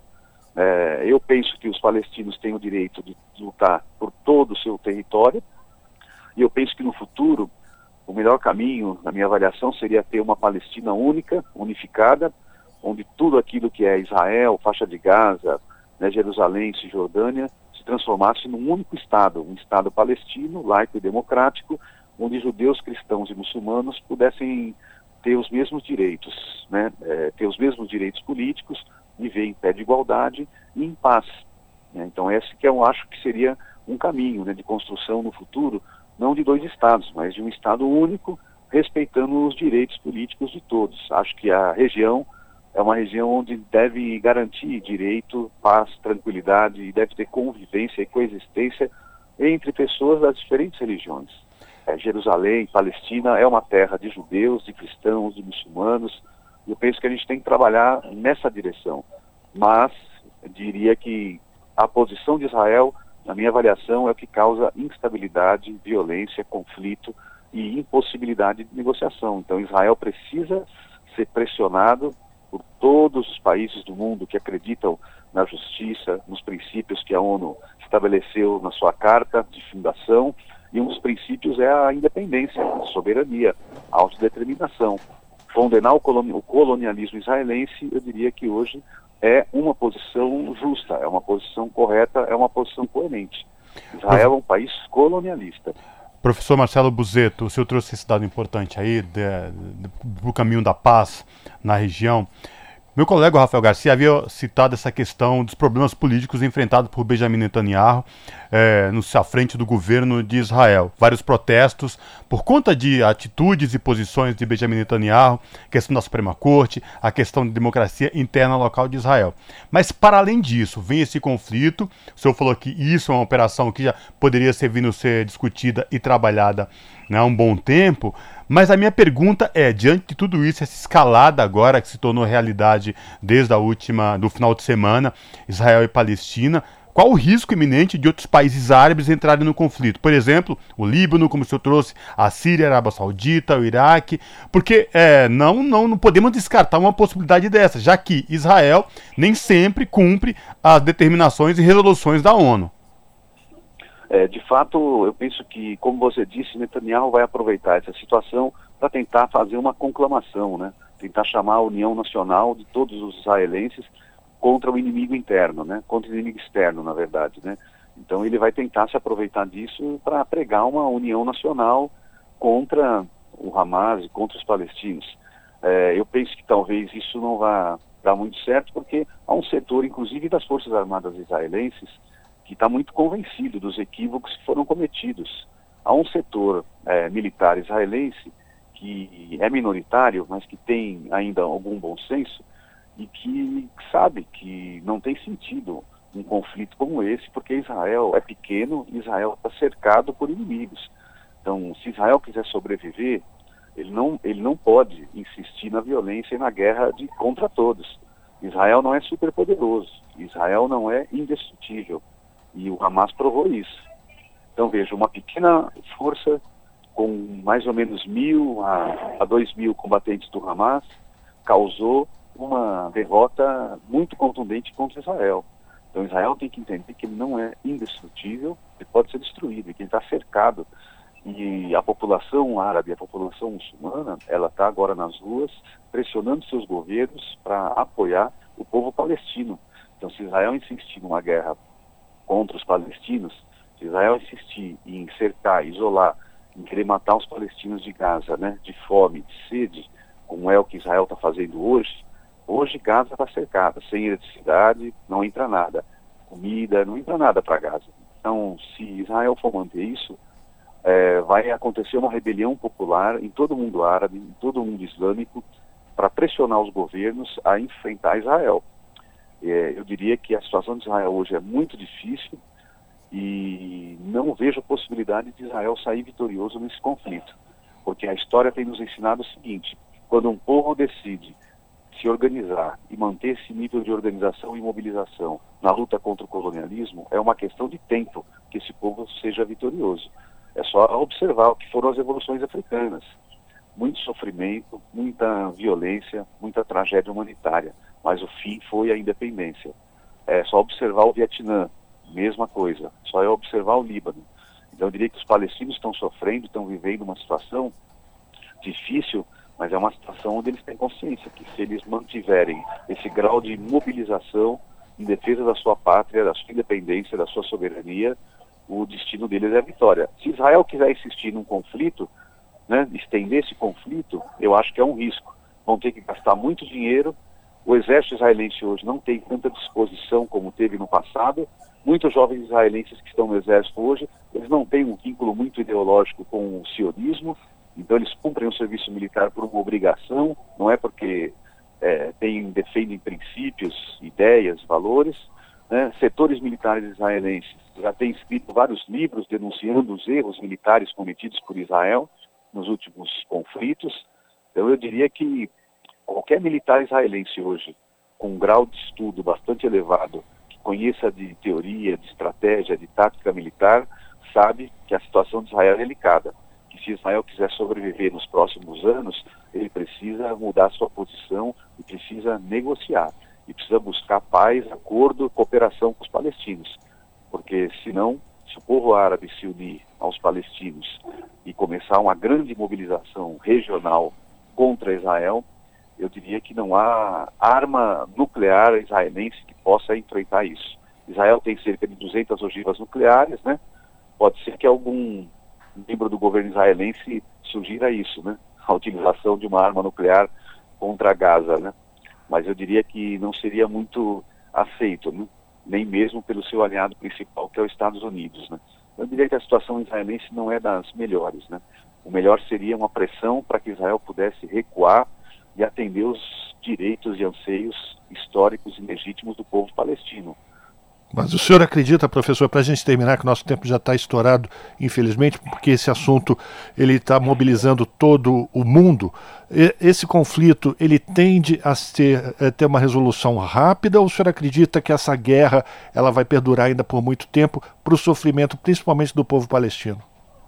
Eu penso que os palestinos têm o direito de lutar por todo o seu território e eu penso que no futuro o melhor caminho, na minha avaliação, seria ter uma Palestina única, unificada, onde tudo aquilo que é Israel, faixa de Gaza, né, Jerusalém, Cisjordânia, se transformasse num único Estado, um Estado palestino, laico e democrático, onde judeus, cristãos e muçulmanos pudessem ter os mesmos direitos, né, ter os mesmos direitos políticos, viver em pé de igualdade e em paz. Né? Então esse que eu acho que seria um caminho, né, de construção no futuro, não de 2 estados, mas de um Estado único, respeitando os direitos políticos de todos. Acho que a região é uma região onde deve garantir direito, paz, tranquilidade e deve ter convivência e coexistência entre pessoas das diferentes religiões. Jerusalém, Palestina, é uma terra de judeus, de cristãos, de muçulmanos. Eu penso que a gente tem que trabalhar nessa direção. Mas diria que a posição de Israel, na minha avaliação, é o que causa instabilidade, violência, conflito e impossibilidade de negociação. Então Israel precisa ser pressionado por todos os países do mundo que acreditam na justiça, nos princípios que a ONU estabeleceu na sua carta de fundação, e um dos princípios é a independência, a soberania, a autodeterminação. Condenar o colonialismo israelense, eu diria que hoje é uma posição justa, é uma posição correta, é uma posição coerente. Israel é um país colonialista. Professor Marcelo Buzetto, o senhor trouxe esse dado importante aí do caminho da paz na região. Meu colega Rafael Garcia havia citado essa questão dos problemas políticos enfrentados por Benjamin Netanyahu à frente do governo de Israel. Vários protestos por conta de atitudes e posições de Benjamin Netanyahu, questão da Suprema Corte, a questão de democracia interna local de Israel. Mas, para além disso, vem esse conflito. O senhor falou que isso é uma operação que já poderia ser discutida e trabalhada, né, há um bom tempo. Mas a minha pergunta é, diante de tudo isso, essa escalada agora que se tornou realidade desde do final de semana, Israel e Palestina, qual o risco iminente de outros países árabes entrarem no conflito? Por exemplo, o Líbano, como o senhor trouxe, a Síria, a Arábia Saudita, o Iraque, porque não podemos descartar uma possibilidade dessa, já que Israel nem sempre cumpre as determinações e resoluções da ONU. De fato, eu penso que, como você disse, Netanyahu vai aproveitar essa situação para tentar fazer uma conclamação, né? Tentar chamar a união nacional de todos os israelenses contra o inimigo interno, né? Contra o inimigo externo, na verdade, né? Então ele vai tentar se aproveitar disso para pregar uma união nacional contra o Hamas e contra os palestinos. Eu penso que talvez isso não vá dar muito certo, porque há um setor, inclusive das Forças Armadas israelenses, que está muito convencido dos equívocos que foram cometidos. Há um setor militar israelense que é minoritário, mas que tem ainda algum bom senso e que sabe que não tem sentido um conflito como esse, porque Israel é pequeno e Israel está cercado por inimigos. Então, se Israel quiser sobreviver, ele não pode insistir na violência e na guerra contra todos. Israel não é superpoderoso, Israel não é indestrutível. E o Hamas provou isso. Então, veja, uma pequena força com mais ou menos 1.000 a 2.000 combatentes do Hamas causou uma derrota muito contundente contra Israel. Então, Israel tem que entender que ele não é indestrutível, ele pode ser destruído, que ele está cercado. E a população árabe, a população muçulmana, ela está agora nas ruas pressionando seus governos para apoiar o povo palestino. Então, se Israel insistir numa guerra contra os palestinos, se Israel insistir em cercar, isolar, em querer matar os palestinos de Gaza, né, de fome, de sede, como é o que Israel está fazendo hoje, Gaza está cercada, sem eletricidade, não entra nada, comida, não entra nada para Gaza. Então, se Israel for manter isso, vai acontecer uma rebelião popular em todo o mundo árabe, em todo o mundo islâmico, para pressionar os governos a enfrentar Israel. Eu diria que a situação de Israel hoje é muito difícil e não vejo a possibilidade de Israel sair vitorioso nesse conflito, porque a história tem nos ensinado o seguinte: quando um povo decide se organizar e manter esse nível de organização e mobilização na luta contra o colonialismo, é uma questão de tempo que esse povo seja vitorioso. É só observar o que foram as revoluções africanas. Muito sofrimento, muita violência, muita tragédia humanitária, mas o fim foi a independência. É só observar o Vietnã, mesma coisa. Só é observar o Líbano. Então eu diria que os palestinos estão sofrendo, estão vivendo uma situação difícil, mas é uma situação onde eles têm consciência que se eles mantiverem esse grau de mobilização em defesa da sua pátria, da sua independência, da sua soberania, o destino deles é a vitória. Se Israel quiser insistir num conflito, né, estender esse conflito, eu acho que é um risco. Vão ter que gastar muito dinheiro. O exército israelense hoje não tem tanta disposição como teve no passado. Muitos jovens israelenses que estão no exército hoje, eles não têm um vínculo muito ideológico com o sionismo, então eles cumprem o serviço militar por uma obrigação, não é porque defendem princípios, ideias, valores. Né? Setores militares israelenses já têm escrito vários livros denunciando os erros militares cometidos por Israel nos últimos conflitos. Então eu diria que qualquer militar israelense hoje, com um grau de estudo bastante elevado, que conheça de teoria, de estratégia, de tática militar, sabe que a situação de Israel é delicada. Que se Israel quiser sobreviver nos próximos anos, ele precisa mudar sua posição e precisa negociar. E precisa buscar paz, acordo, cooperação com os palestinos. Porque senão, se o povo árabe se unir aos palestinos e começar uma grande mobilização regional contra Israel, eu diria que não há arma nuclear israelense que possa enfrentar isso. Israel tem cerca de 200 ogivas nucleares, né? Pode ser que algum membro do governo israelense sugira isso, né? A utilização de uma arma nuclear contra Gaza, né? Mas eu diria que não seria muito aceito, né? Nem mesmo pelo seu aliado principal, que é os Estados Unidos, né? Eu diria que a situação israelense não é das melhores, né? O melhor seria uma pressão para que Israel pudesse recuar e atender os direitos e anseios históricos e legítimos do povo palestino. Mas o senhor acredita, professor, para a gente terminar, que o nosso tempo já está estourado, infelizmente, porque esse assunto ele está mobilizando todo o mundo. Esse conflito ele tende a ter uma resolução rápida, ou o senhor acredita que essa guerra ela vai perdurar ainda por muito tempo para o sofrimento, principalmente do povo palestino?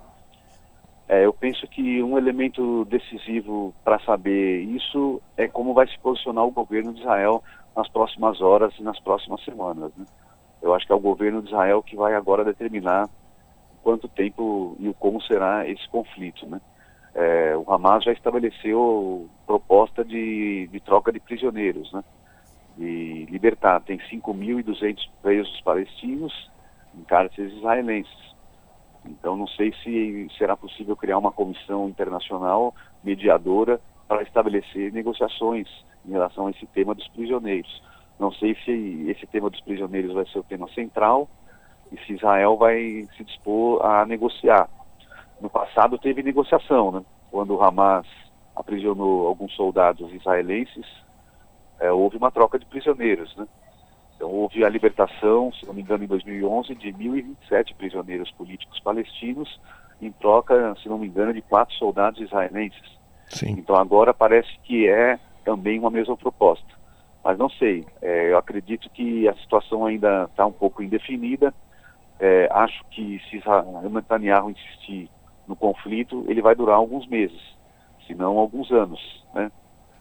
Eu penso que um elemento decisivo para saber isso é como vai se posicionar o governo de Israel nas próximas horas e nas próximas semanas, né? Eu acho que é o governo de Israel que vai agora determinar quanto tempo e como será esse conflito, né? O Hamas já estabeleceu proposta de troca de prisioneiros, né? De libertar. Tem 5.200 presos palestinos em cárceres israelenses. Então não sei se será possível criar uma comissão internacional mediadora para estabelecer negociações em relação a esse tema dos prisioneiros. Não sei se esse tema dos prisioneiros vai ser o tema central e se Israel vai se dispor a negociar. No passado teve negociação, né? Quando o Hamas aprisionou alguns soldados israelenses, houve uma troca de prisioneiros, né? Então houve a libertação, se não me engano, em 2011, de 1.027 prisioneiros políticos palestinos, em troca, se não me engano, de 4 soldados israelenses. Sim. Então agora parece que é também uma mesma proposta. Mas não sei, eu acredito que a situação ainda está um pouco indefinida. Acho que se o Netanyahu insistir no conflito, ele vai durar alguns meses, se não alguns anos, né?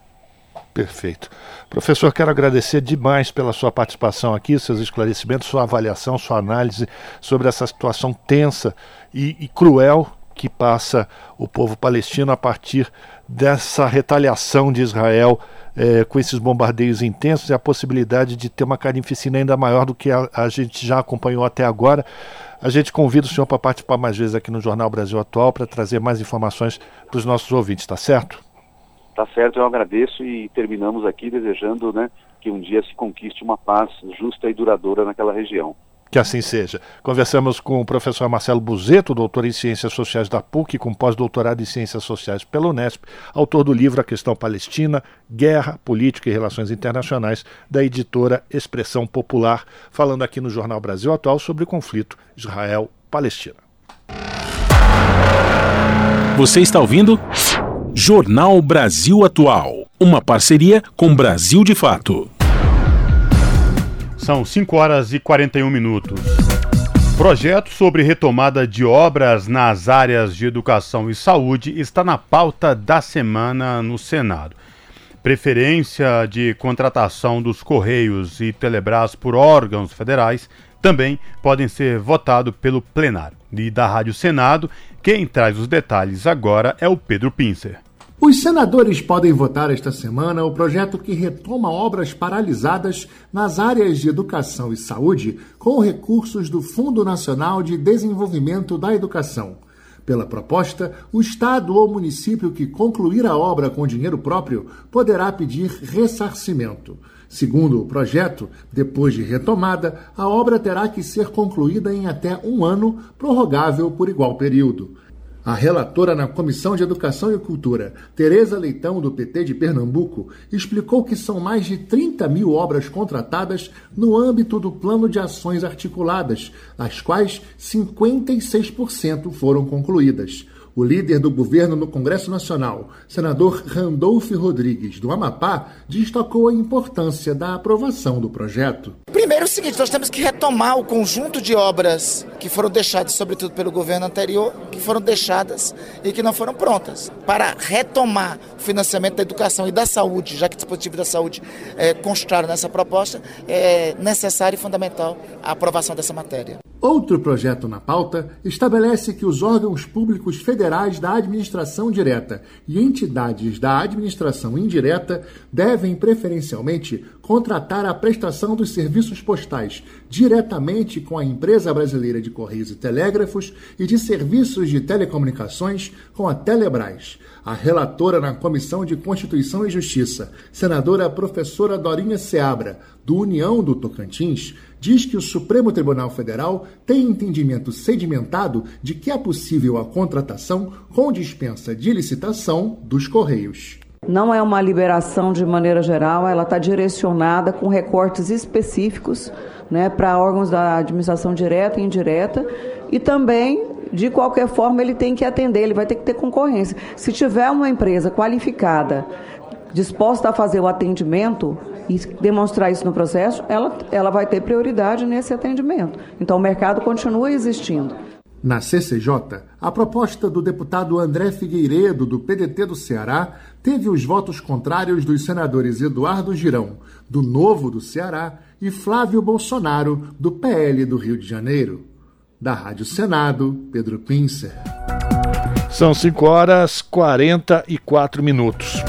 Perfeito. Professor, quero agradecer demais pela sua participação aqui, seus esclarecimentos, sua avaliação, sua análise sobre essa situação tensa e cruel que passa o povo palestino a partir dessa retaliação de Israel com esses bombardeios intensos e a possibilidade de ter uma carnificina ainda maior do que a gente já acompanhou até agora. A gente convida o senhor para participar mais vezes aqui no Jornal Brasil Atual para trazer mais informações para os nossos ouvintes, tá certo? Tá certo, eu agradeço e terminamos aqui desejando, né, que um dia se conquiste uma paz justa e duradoura naquela região. Que assim seja. Conversamos com o professor Marcelo Buzetto, doutor em Ciências Sociais da PUC, com pós-doutorado em Ciências Sociais pela Unesp, autor do livro A Questão Palestina, Guerra, Política e Relações Internacionais, da editora Expressão Popular, falando aqui no Jornal Brasil Atual sobre o conflito Israel-Palestina. Você está ouvindo Jornal Brasil Atual, uma parceria com Brasil de Fato. São 5 horas e 41 minutos. Projeto sobre retomada de obras nas áreas de educação e saúde está na pauta da semana no Senado. Preferência de contratação dos Correios e Telebrás por órgãos federais também podem ser votados pelo plenário. E da Rádio Senado, quem traz os detalhes agora é o Pedro Pincer. Os senadores podem votar esta semana o projeto que retoma obras paralisadas nas áreas de educação e saúde com recursos do Fundo Nacional de Desenvolvimento da Educação. Pela proposta, o Estado ou município que concluir a obra com dinheiro próprio poderá pedir ressarcimento. Segundo o projeto, depois de retomada, a obra terá que ser concluída em até 1 ano, prorrogável por igual período. A relatora na Comissão de Educação e Cultura, Tereza Leitão, do PT de Pernambuco, explicou que são mais de 30 mil obras contratadas no âmbito do Plano de Ações Articuladas, das quais 56% foram concluídas. O líder do governo no Congresso Nacional, senador Randolfo Rodrigues, do Amapá, destacou a importância da aprovação do projeto. Primeiro é o seguinte, nós temos que retomar o conjunto de obras que foram deixadas, sobretudo pelo governo anterior, que foram deixadas e que não foram prontas. Para retomar o financiamento da educação e da saúde, já que o dispositivo da saúde constaram nessa proposta, é necessário e fundamental a aprovação dessa matéria. Outro projeto na pauta estabelece que os órgãos públicos federais da administração direta e entidades da administração indireta devem preferencialmente contratar a prestação dos serviços postais diretamente com a Empresa Brasileira de Correios e Telégrafos e de Serviços de Telecomunicações com a Telebrás. A relatora na Comissão de Constituição e Justiça, senadora professora Dorinha Seabra, do União do Tocantins, diz que o Supremo Tribunal Federal tem entendimento sedimentado de que é possível a contratação com dispensa de licitação dos Correios. Não é uma liberação de maneira geral, ela está direcionada com recortes específicos, né, para órgãos da administração direta e indireta, e também, de qualquer forma, ele tem que atender, ele vai ter que ter concorrência. Se tiver uma empresa qualificada, disposta a fazer o atendimento e demonstrar isso no processo, ela vai ter prioridade nesse atendimento. Então o mercado continua existindo. Na CCJ, a proposta do deputado André Figueiredo, do PDT do Ceará, teve os votos contrários dos senadores Eduardo Girão, do Novo do Ceará, e Flávio Bolsonaro, do PL do Rio de Janeiro. Da Rádio Senado, Pedro Pincer. São 5h44.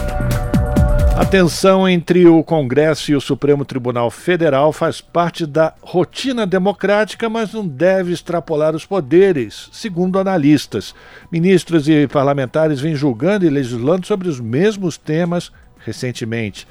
A tensão entre o Congresso e o Supremo Tribunal Federal faz parte da rotina democrática, mas não deve extrapolar os poderes, segundo analistas. Ministros e parlamentares vêm julgando e legislando sobre os mesmos temas recentemente.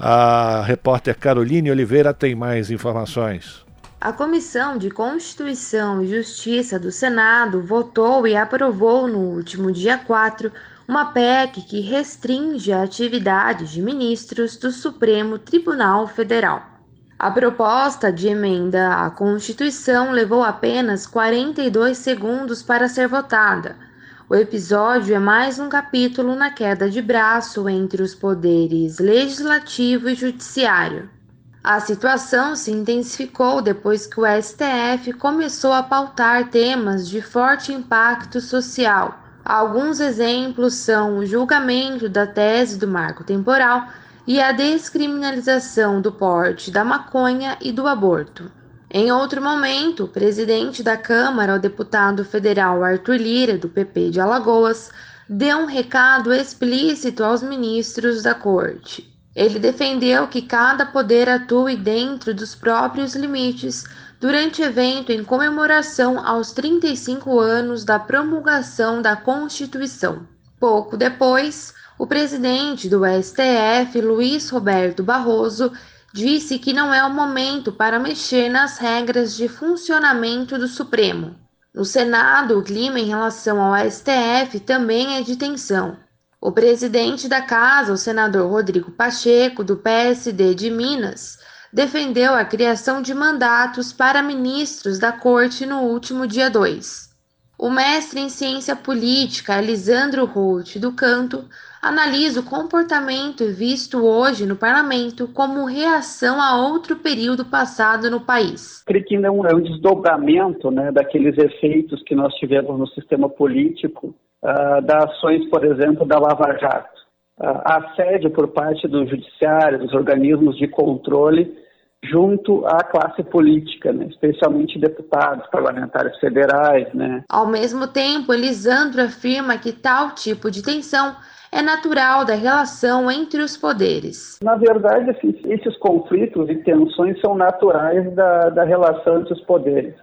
A repórter Caroline Oliveira tem mais informações. A Comissão de Constituição e Justiça do Senado votou e aprovou no último dia 4 uma PEC que restringe a atividade de ministros do Supremo Tribunal Federal. A proposta de emenda à Constituição levou apenas 42 segundos para ser votada. O episódio é mais um capítulo na queda de braço entre os poderes legislativo e judiciário. A situação se intensificou depois que o STF começou a pautar temas de forte impacto social. Alguns exemplos são o julgamento da tese do marco temporal e a descriminalização do porte da maconha e do aborto. Em outro momento, o presidente da Câmara, o deputado federal Arthur Lira, do PP de Alagoas, deu um recado explícito aos ministros da Corte. Ele defendeu que cada poder atue dentro dos próprios limites durante evento em comemoração aos 35 anos da promulgação da Constituição. Pouco depois, o presidente do STF, Luiz Roberto Barroso, disse que não é o momento para mexer nas regras de funcionamento do Supremo. No Senado, o clima em relação ao STF também é de tensão. O presidente da Casa, o senador Rodrigo Pacheco, do PSD de Minas, defendeu a criação de mandatos para ministros da Corte no último dia 2. O mestre em ciência política, Elisandro Holt do Canto, analisa o comportamento visto hoje no parlamento como reação a outro período passado no país. Creio que não é um desdobramento, daqueles efeitos que nós tivemos no sistema político, das ações, por exemplo, da Lava Jato. Assédio por parte do judiciário, dos organismos de controle, junto à classe política, especialmente deputados, parlamentares federais. Ao mesmo tempo, Elisandro afirma que tal tipo de tensão é natural da relação entre os poderes. Na verdade, esses conflitos e tensões são naturais da relação entre os poderes.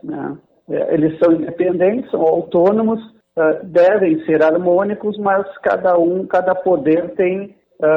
Eles são independentes, são autônomos, devem ser harmônicos, mas cada poder tem,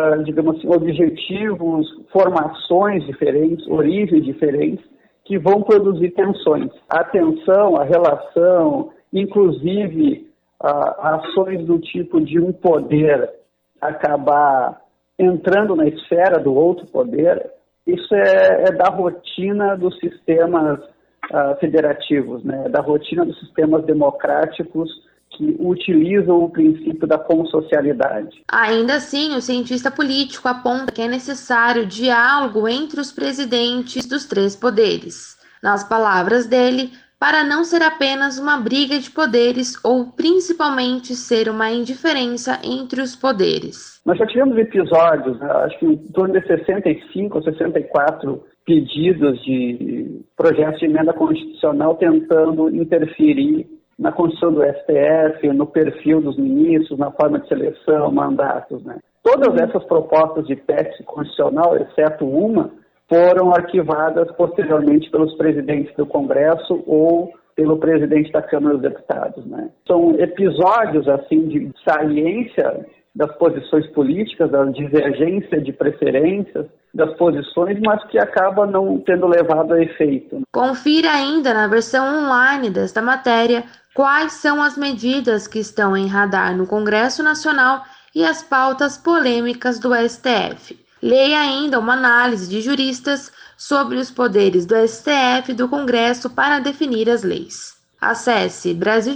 objetivos, formações diferentes, origens diferentes, que vão produzir tensões. A tensão, a relação, inclusive ações do tipo de um poder acabar entrando na esfera do outro poder, isso é da rotina dos sistemas federativos, da rotina dos sistemas democráticos que utilizam o princípio da consocialidade. Ainda assim, o cientista político aponta que é necessário diálogo entre os presidentes dos 3 poderes. Nas palavras dele, para não ser apenas uma briga de poderes ou principalmente ser uma indiferença entre os poderes. Nós já tivemos episódios, acho que em torno de 65 ou 64 pedidos de projetos de emenda constitucional tentando interferir na Constituição do STF, no perfil dos ministros, na forma de seleção, mandatos. Todas essas propostas de PEC constitucional, exceto uma, foram arquivadas posteriormente pelos presidentes do Congresso ou pelo presidente da Câmara dos Deputados. São episódios assim de saliência das posições políticas, da divergência de preferências, das posições, mas que acaba não tendo levado a efeito. Confira ainda na versão online desta matéria quais são as medidas que estão em radar no Congresso Nacional e as pautas polêmicas do STF. Leia ainda uma análise de juristas sobre os poderes do STF e do Congresso para definir as leis. Acesse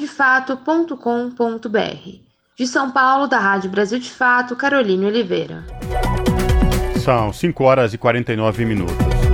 brasildefato.com.br. De São Paulo, da Rádio Brasil de Fato, Caroline Oliveira. São 5h49.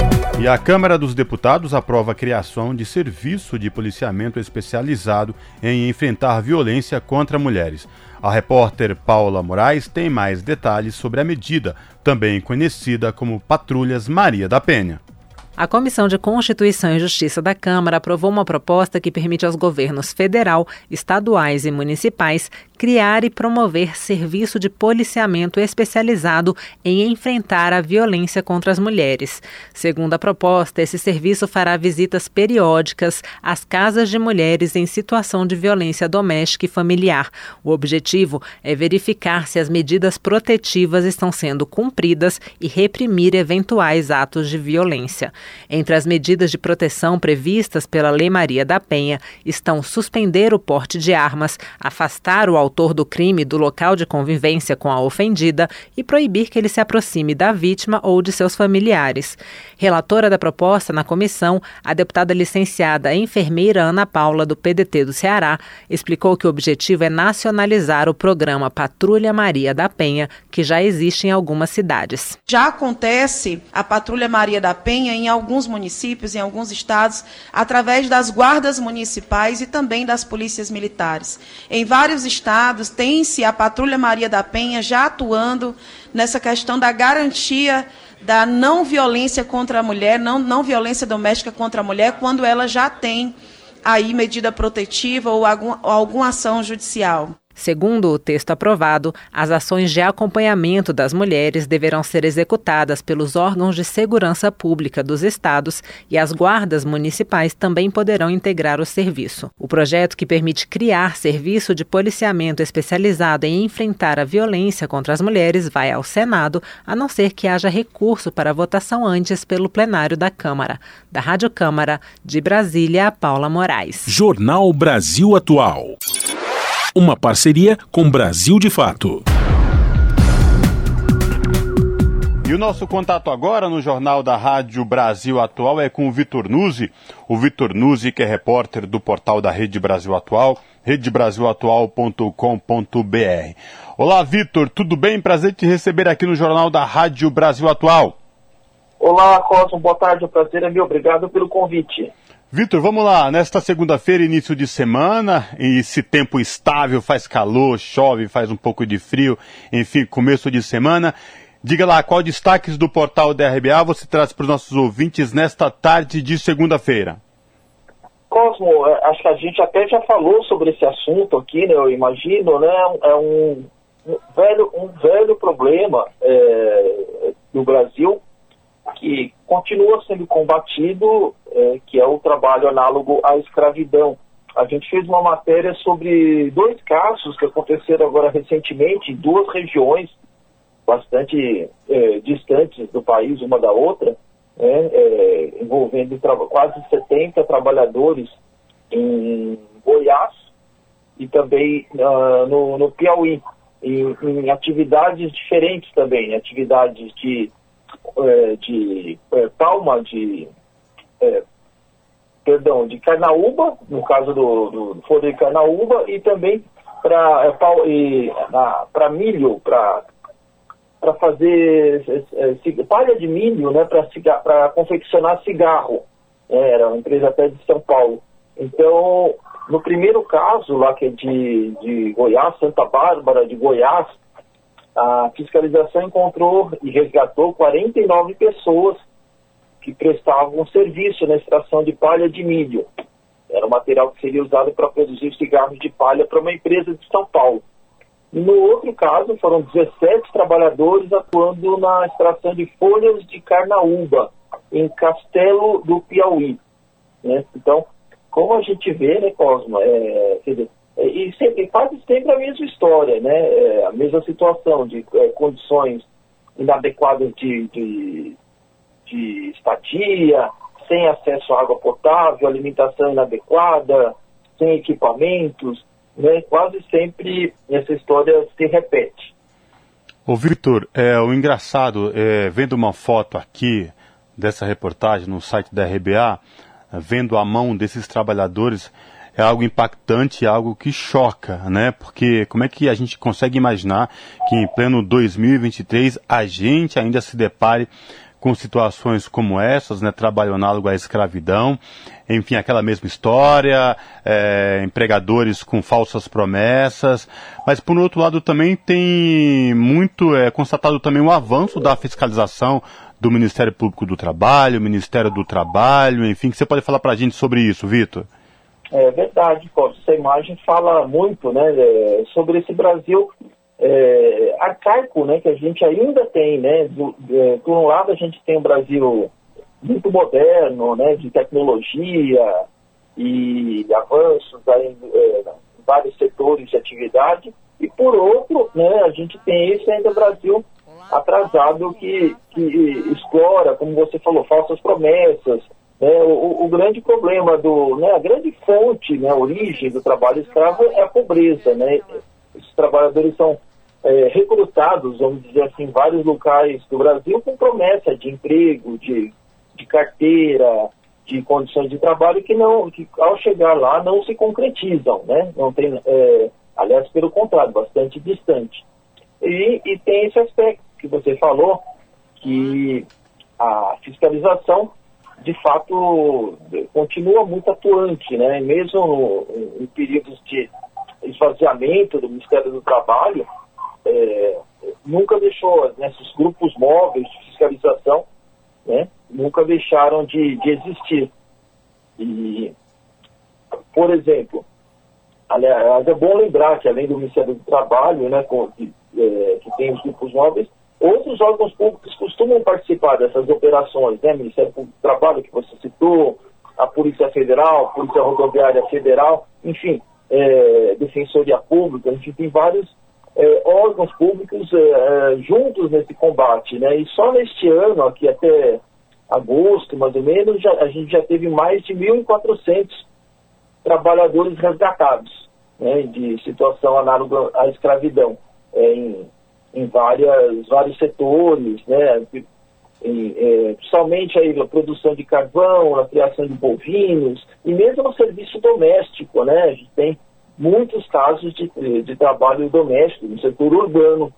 E a Câmara dos Deputados aprova a criação de serviço de policiamento especializado em enfrentar violência contra mulheres. A repórter Paula Moraes tem mais detalhes sobre a medida, também conhecida como Patrulhas Maria da Penha. A Comissão de Constituição e Justiça da Câmara aprovou uma proposta que permite aos governos federal, estaduais e municipais criar e promover serviço de policiamento especializado em enfrentar a violência contra as mulheres. Segundo a proposta, esse serviço fará visitas periódicas às casas de mulheres em situação de violência doméstica e familiar. O objetivo é verificar se as medidas protetivas estão sendo cumpridas e reprimir eventuais atos de violência. Entre as medidas de proteção previstas pela Lei Maria da Penha estão suspender o porte de armas, afastar o autor do crime do local de convivência com a ofendida e proibir que ele se aproxime da vítima ou de seus familiares. Relatora da proposta na comissão, a deputada licenciada enfermeira Ana Paula, do PDT do Ceará, explicou que o objetivo é nacionalizar o programa Patrulha Maria da Penha, que já existe em algumas cidades. Já acontece a Patrulha Maria da Penha em alguns municípios, em alguns estados, através das guardas municipais e também das polícias militares. Em vários estados, tem-se a Patrulha Maria da Penha já atuando nessa questão da garantia da não violência contra a mulher, não violência doméstica contra a mulher, quando ela já tem aí medida protetiva ou alguma ação judicial. Segundo o texto aprovado, as ações de acompanhamento das mulheres deverão ser executadas pelos órgãos de segurança pública dos estados e as guardas municipais também poderão integrar o serviço. O projeto, que permite criar serviço de policiamento especializado em enfrentar a violência contra as mulheres, vai ao Senado, a não ser que haja recurso para votação antes pelo plenário da Câmara. Da Rádio Câmara, de Brasília, Paula Moraes. Jornal Brasil Atual. Uma parceria com Brasil de Fato. E o nosso contato agora no Jornal da Rádio Brasil Atual é com o Vitor Nuzzi. O Vitor Nuzzi, que é repórter do portal da Rede Brasil Atual, redebrasilatual.com.br. Olá, Vitor, tudo bem? Prazer te receber aqui no Jornal da Rádio Brasil Atual. Olá, Cosmo, boa tarde, o prazer é meu, obrigado pelo convite. Vitor, vamos lá, nesta segunda-feira, início de semana, esse tempo estável, faz calor, chove, faz um pouco de frio, enfim, começo de semana. Diga lá, qual destaques do portal da RBA você traz para os nossos ouvintes nesta tarde de segunda-feira? Cosmo, acho que a gente até já falou sobre esse assunto aqui, né, eu imagino, né, é um velho problema no Brasil, que continua sendo combatido, que é o trabalho análogo à escravidão. A gente fez uma matéria sobre 2 casos que aconteceram agora recentemente em 2 regiões bastante distantes do país, uma da outra, envolvendo quase 70 trabalhadores em Goiás e também no Piauí, em atividades diferentes também, atividades de carnaúba, no caso do foro de carnaúba, e também para milho, para fazer palha de milho, né, para confeccionar cigarro. Era uma empresa até de São Paulo. Então, no primeiro caso, lá que é de Goiás, Santa Bárbara de Goiás, a fiscalização encontrou e resgatou 49 pessoas que prestavam serviço na extração de palha de milho. Era o material que seria usado para produzir cigarros de palha para uma empresa de São Paulo. E no outro caso, foram 17 trabalhadores atuando na extração de folhas de carnaúba, em Castelo do Piauí. Né? Então, como a gente vê, né, Cosmo, quase sempre a mesma história, né? A mesma situação de condições inadequadas de estadia, sem acesso à água potável, alimentação inadequada, sem equipamentos, né? Quase sempre essa história se repete. Ô Vitor, o engraçado, vendo uma foto aqui dessa reportagem no site da RBA, vendo a mão desses trabalhadores, é algo impactante, algo que choca, né? Porque como é que a gente consegue imaginar que em pleno 2023 a gente ainda se depare com situações como essas, né? Trabalho análogo à escravidão, enfim, aquela mesma história, empregadores com falsas promessas, mas por outro lado também tem constatado também um avanço da fiscalização do Ministério Público do Trabalho, Ministério do Trabalho, enfim, que você pode falar para a gente sobre isso, Vitor? É verdade, Costa. Essa imagem fala muito, né, sobre esse Brasil arcaico, né, que a gente ainda tem, né. Por um lado, a gente tem um Brasil muito moderno, né, de tecnologia e avanços aí, em vários setores de atividade, e por outro, né, a gente tem esse ainda Brasil atrasado que explora, como você falou, falsas promessas. O grande problema a grande fonte, né, a origem do trabalho escravo é a pobreza, né? Esses trabalhadores são recrutados, vamos dizer assim, em vários locais do Brasil com promessa de emprego, de carteira, de condições de trabalho que ao chegar lá não se concretizam, né? Não tem, aliás, pelo contrário, bastante distante. E tem esse aspecto que você falou, que a fiscalização de fato continua muito atuante, né? Mesmo em períodos de esvaziamento do Ministério do Trabalho, nunca deixou, né, esses grupos móveis de fiscalização, né, nunca deixaram de existir. E, por exemplo, aliás, é bom lembrar que além do Ministério do Trabalho, né, que tem os grupos móveis, outros órgãos públicos costumam participar dessas operações, né? Ministério Público do Trabalho, que você citou, a Polícia Federal, a Polícia Rodoviária Federal, enfim, Defensoria Pública, enfim, tem vários órgãos públicos juntos nesse combate, né? E só neste ano, aqui até agosto, mais ou menos, a gente já teve mais de 1.400 trabalhadores resgatados, né, de situação análoga à escravidão, em vários setores, né, principalmente aí na produção de carvão, na criação de bovinos e mesmo no serviço doméstico, né, a gente tem muitos casos de trabalho doméstico no setor urbano,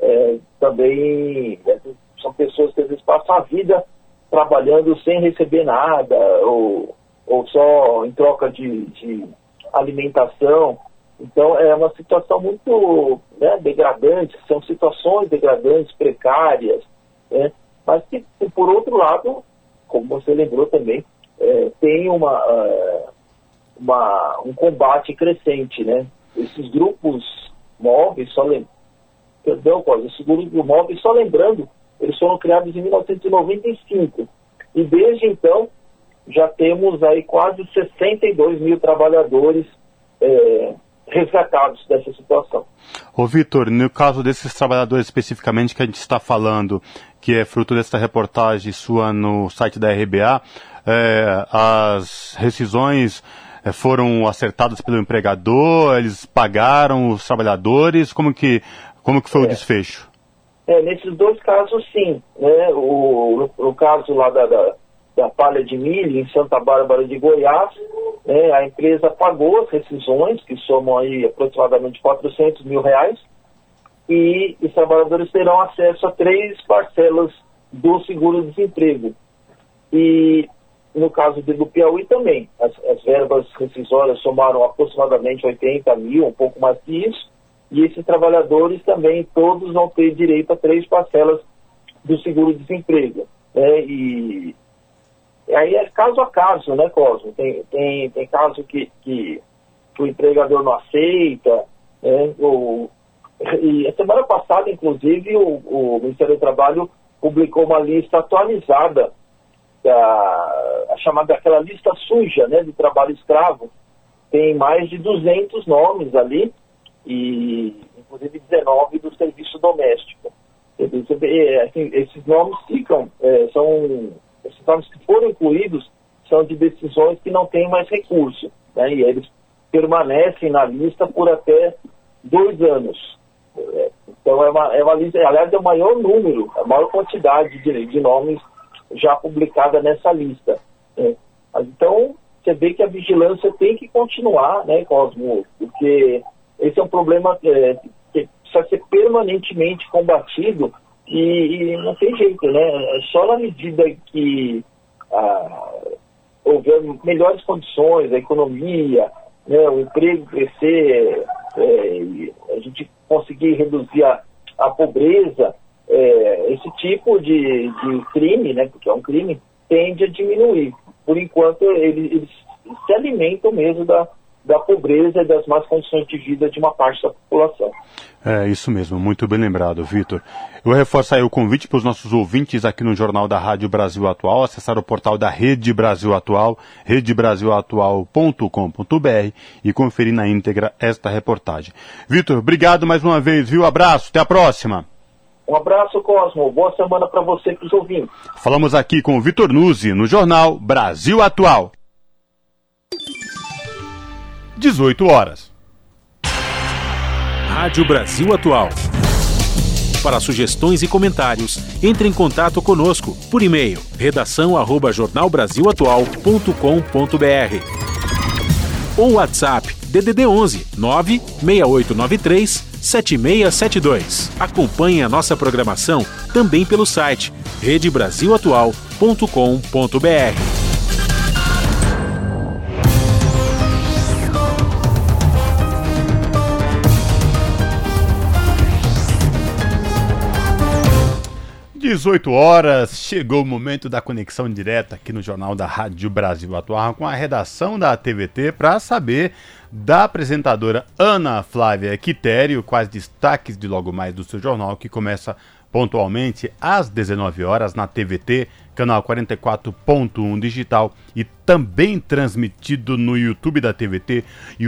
também são pessoas que às vezes passam a vida trabalhando sem receber nada ou só em troca de alimentação. Então, é uma situação muito, né, degradante, são situações degradantes, precárias, né, mas que, por outro lado, como você lembrou também, tem um combate crescente, né? Esses grupos móveis, esses grupos móveis, só lembrando, eles foram criados em 1995, e desde então já temos aí quase 62 mil trabalhadores resgatados dessa situação. Ô Vitor, no caso desses trabalhadores especificamente que a gente está falando, que é fruto dessa reportagem sua no site da RBA, as rescisões foram acertadas pelo empregador, eles pagaram os trabalhadores, como que foi o desfecho? Nesses dois casos sim, né? No caso lá da palha de milho em Santa Bárbara de Goiás, né, a empresa pagou as rescisões, que somam aí aproximadamente R$400 mil, e os trabalhadores terão acesso a 3 parcelas do seguro-desemprego. E no caso do Piauí também, as verbas rescisórias somaram aproximadamente 80 mil, um pouco mais que isso, e esses trabalhadores também todos vão ter direito a 3 parcelas do seguro-desemprego, né, e aí é caso a caso, né, Cosmo? Tem caso que o empregador não aceita, né? E a semana passada, inclusive, o Ministério do Trabalho publicou uma lista atualizada, chamada aquela lista suja, né, de trabalho escravo. Tem mais de 200 nomes ali, e inclusive 19 do serviço doméstico. Esses nomes ficam, esses nomes que foram incluídos são de decisões que não têm mais recurso, né? E eles permanecem na lista por até 2 anos. Então é uma lista, aliás, é o maior número, a maior quantidade de nomes já publicada nessa lista. Né? Então, você vê que a vigilância tem que continuar, né, Cosmo? Porque esse é um problema que precisa ser permanentemente combatido e não tem jeito, né? Só na medida que houver melhores condições, a economia, né, o emprego crescer, a gente conseguir reduzir a pobreza, esse tipo de crime, né, porque é um crime, tende a diminuir. Por enquanto, eles se alimentam mesmo da pobreza e das más condições de vida de uma parte da população. É isso mesmo, muito bem lembrado, Vitor. Eu reforço aí o convite para os nossos ouvintes aqui no Jornal da Rádio Brasil Atual, acessar o portal da Rede Brasil Atual, redebrasilatual.com.br e conferir na íntegra esta reportagem. Vitor, obrigado mais uma vez, viu? Abraço, até a próxima. Um abraço, Cosmo. Boa semana para você e para os ouvintes. Falamos aqui com o Vitor Nuzzi, no Jornal Brasil Atual. 18 horas. Rádio Brasil Atual. Para sugestões e comentários, entre em contato conosco por e-mail redação@jornalbrasilatual.com.br ou WhatsApp DDD 11 96893 7672. Acompanhe a nossa programação também pelo site redebrasilatual.com.br. 18 horas, chegou o momento da conexão direta aqui no Jornal da Rádio Brasil Atual com a redação da TVT para saber da apresentadora Ana Flávia Quitério quais destaques de logo mais do seu jornal, que começa pontualmente às 19 horas na TVT, canal 44.1 digital e também transmitido no YouTube da TVT,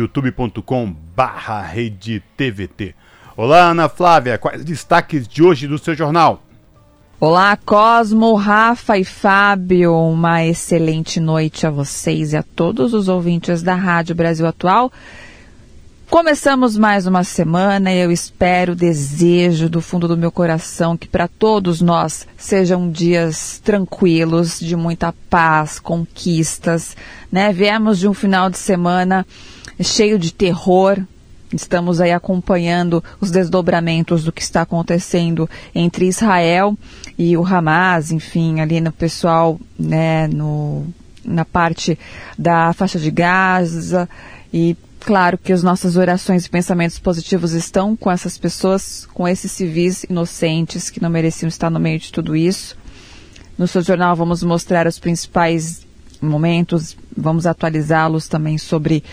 youtube.com/redetvt. Olá, Ana Flávia, quais destaques de hoje do seu jornal? Olá, Cosmo, Rafa e Fábio, uma excelente noite a vocês e a todos os ouvintes da Rádio Brasil Atual. Começamos mais uma semana e eu espero, desejo do fundo do meu coração que para todos nós sejam dias tranquilos, de muita paz, conquistas, né? Viemos de um final de semana cheio de terror. Estamos aí acompanhando os desdobramentos do que está acontecendo entre Israel e o Hamas, enfim, ali no pessoal, né, na parte da faixa de Gaza. E claro que as nossas orações e pensamentos positivos estão com essas pessoas, com esses civis inocentes que não mereciam estar no meio de tudo isso. No seu jornal vamos mostrar os principais momentos, vamos atualizá-los também sobre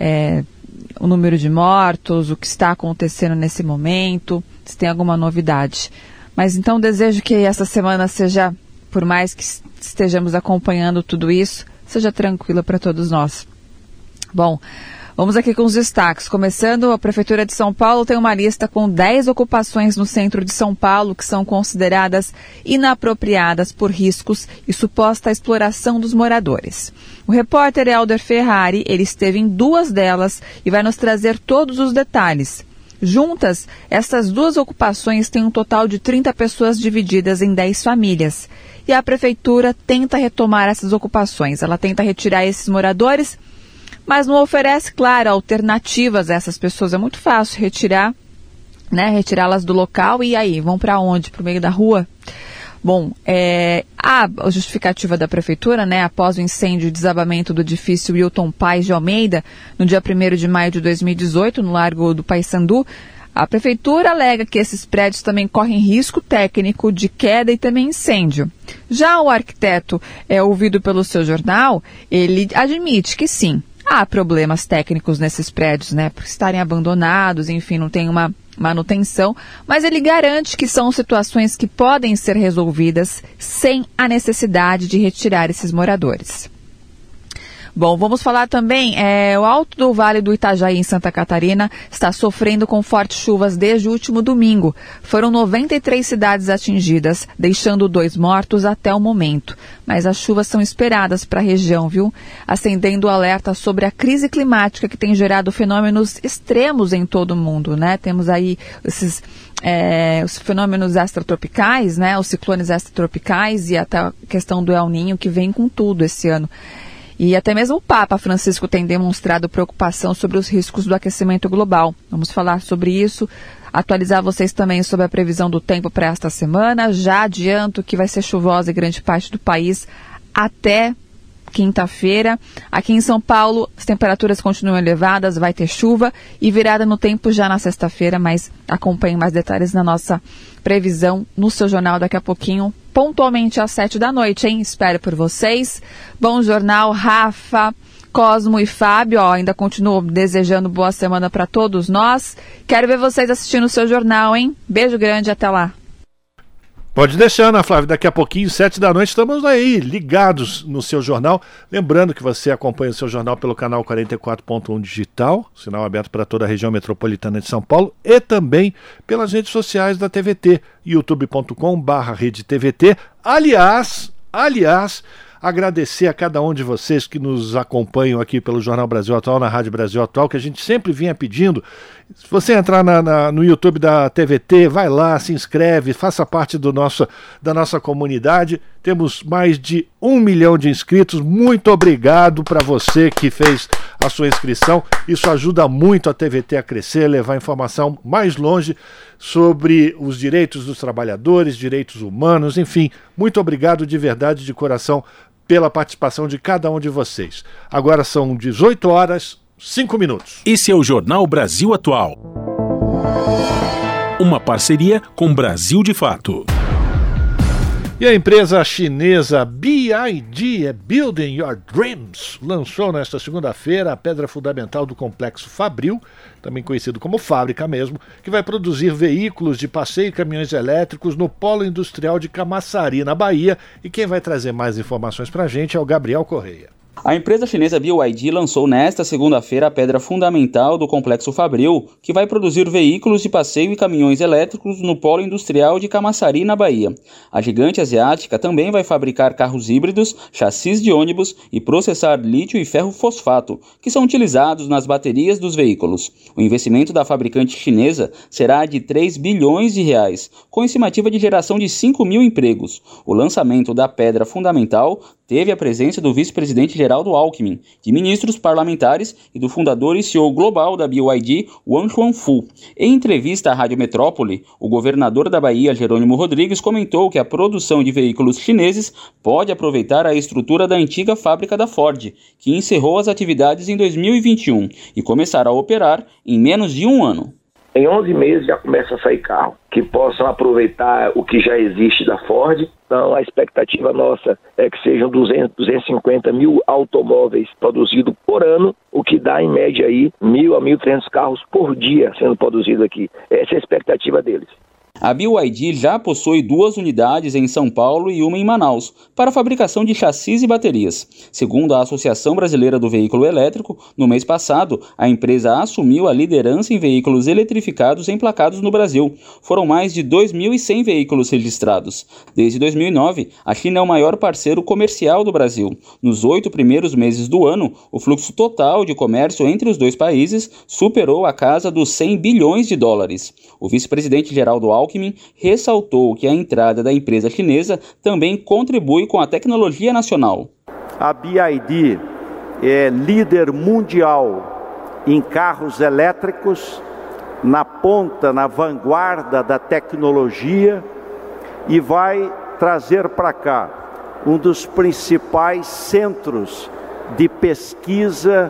o número de mortos, o que está acontecendo nesse momento, se tem alguma novidade. Mas então desejo que essa semana seja, por mais que estejamos acompanhando tudo isso, seja tranquila para todos nós. Bom, vamos aqui com os destaques. Começando, a Prefeitura de São Paulo tem uma lista com 10 ocupações no centro de São Paulo que são consideradas inapropriadas por riscos e suposta exploração dos moradores. O repórter Helder Ferrari, ele esteve em 2 delas e vai nos trazer todos os detalhes. Juntas, essas 2 ocupações têm um total de 30 pessoas divididas em 10 famílias. E a Prefeitura tenta retomar essas ocupações. Ela tenta retirar esses moradores, mas não oferece, claro, alternativas a essas pessoas. É muito fácil retirar, né, retirá-las do local e aí, vão para onde? Para o meio da rua? Bom, a justificativa da Prefeitura, né, após o incêndio e desabamento do edifício Wilton Paes de Almeida, no dia 1º de maio de 2018, no Largo do Paissandu, a Prefeitura alega que esses prédios também correm risco técnico de queda e também incêndio. Já o arquiteto, ouvido pelo seu jornal, ele admite que sim, há problemas técnicos nesses prédios, né, por estarem abandonados, enfim, não tem uma manutenção, mas ele garante que são situações que podem ser resolvidas sem a necessidade de retirar esses moradores. Bom, vamos falar também, o Alto do Vale do Itajaí, em Santa Catarina, está sofrendo com fortes chuvas desde o último domingo. Foram 93 cidades atingidas, deixando 2 mortos até o momento. Mas as chuvas são esperadas para a região, viu? Acendendo o alerta sobre a crise climática que tem gerado fenômenos extremos em todo o mundo, né? Temos aí os fenômenos extratropicais, né? Os ciclones extratropicais e até a questão do El Niño, que vem com tudo esse ano. E até mesmo o Papa Francisco tem demonstrado preocupação sobre os riscos do aquecimento global. Vamos falar sobre isso, atualizar vocês também sobre a previsão do tempo para esta semana. Já adianto que vai ser chuvosa em grande parte do país até quinta-feira. Aqui em São Paulo, as temperaturas continuam elevadas, vai ter chuva e virada no tempo já na sexta-feira, mas acompanhe mais detalhes na nossa previsão no seu jornal daqui a pouquinho, pontualmente às 7 da noite, hein? Espero por vocês. Bom jornal, Rafa, Cosmo e Fábio, ainda continuo desejando boa semana para todos nós. Quero ver vocês assistindo o seu jornal, hein? Beijo grande, até lá. Pode deixar, Ana Flávia, daqui a pouquinho, 7 da noite, estamos aí, ligados no seu jornal. Lembrando que você acompanha o seu jornal pelo canal 44.1 digital, sinal aberto para toda a região metropolitana de São Paulo, e também pelas redes sociais da TVT, youtube.com/redetvt. Aliás, agradecer a cada um de vocês que nos acompanham aqui pelo Jornal Brasil Atual, na Rádio Brasil Atual, que a gente sempre vinha pedindo. Se você entrar no YouTube da TVT, vai lá, se inscreve, faça parte da nossa comunidade. Temos mais de 1 milhão de inscritos. Muito obrigado para você que fez a sua inscrição. Isso ajuda muito a TVT a crescer, levar informação mais longe sobre os direitos dos trabalhadores, direitos humanos, enfim. Muito obrigado de verdade, de coração, pela participação de cada um de vocês. Agora são 18 horas, 5 minutos. Esse é o Jornal Brasil Atual. Uma parceria com Brasil de Fato. E a empresa chinesa BYD, Building Your Dreams, lançou nesta segunda-feira a pedra fundamental do Complexo Fabril, também conhecido como Fábrica mesmo, que vai produzir veículos de passeio e caminhões elétricos no Polo Industrial de Camaçari, na Bahia. E quem vai trazer mais informações para a gente é o Gabriel Correia. A empresa chinesa BYD lançou nesta segunda-feira a pedra fundamental do Complexo Fabril, que vai produzir veículos de passeio e caminhões elétricos no Polo Industrial de Camaçari, na Bahia. A gigante asiática também vai fabricar carros híbridos, chassis de ônibus e processar lítio e ferro fosfato, que são utilizados nas baterias dos veículos. O investimento da fabricante chinesa será de 3 bilhões de reais, com estimativa de geração de 5 mil empregos. O lançamento da pedra fundamental teve a presença do vice-presidente Geraldo Alckmin, de ministros parlamentares e do fundador e CEO global da BYD, Wang Chuanfu. Em entrevista à Rádio Metrópole, o governador da Bahia, Jerônimo Rodrigues, comentou que a produção de veículos chineses pode aproveitar a estrutura da antiga fábrica da Ford, que encerrou as atividades em 2021 e começará a operar em menos de um ano. Em 11 meses já começa a sair carro que possam aproveitar o que já existe da Ford. Então a expectativa nossa é que sejam 250 mil automóveis produzidos por ano, o que dá em média aí 1.000 a 1.300 carros por dia sendo produzidos aqui. Essa é a expectativa deles. A BYD já possui 2 unidades em São Paulo e uma em Manaus, para a fabricação de chassis e baterias. Segundo a Associação Brasileira do Veículo Elétrico, no mês passado, a empresa assumiu a liderança em veículos eletrificados emplacados no Brasil. Foram mais de 2.100 veículos registrados. Desde 2009, a China é o maior parceiro comercial do Brasil. Nos 8 primeiros meses do ano, o fluxo total de comércio entre os dois países superou a casa dos 100 bilhões de dólares. O vice-presidente Geraldo Alckmin ressaltou que a entrada da empresa chinesa também contribui com a tecnologia nacional. A BYD é líder mundial em carros elétricos, na ponta, na vanguarda da tecnologia, e vai trazer para cá um dos principais centros de pesquisa,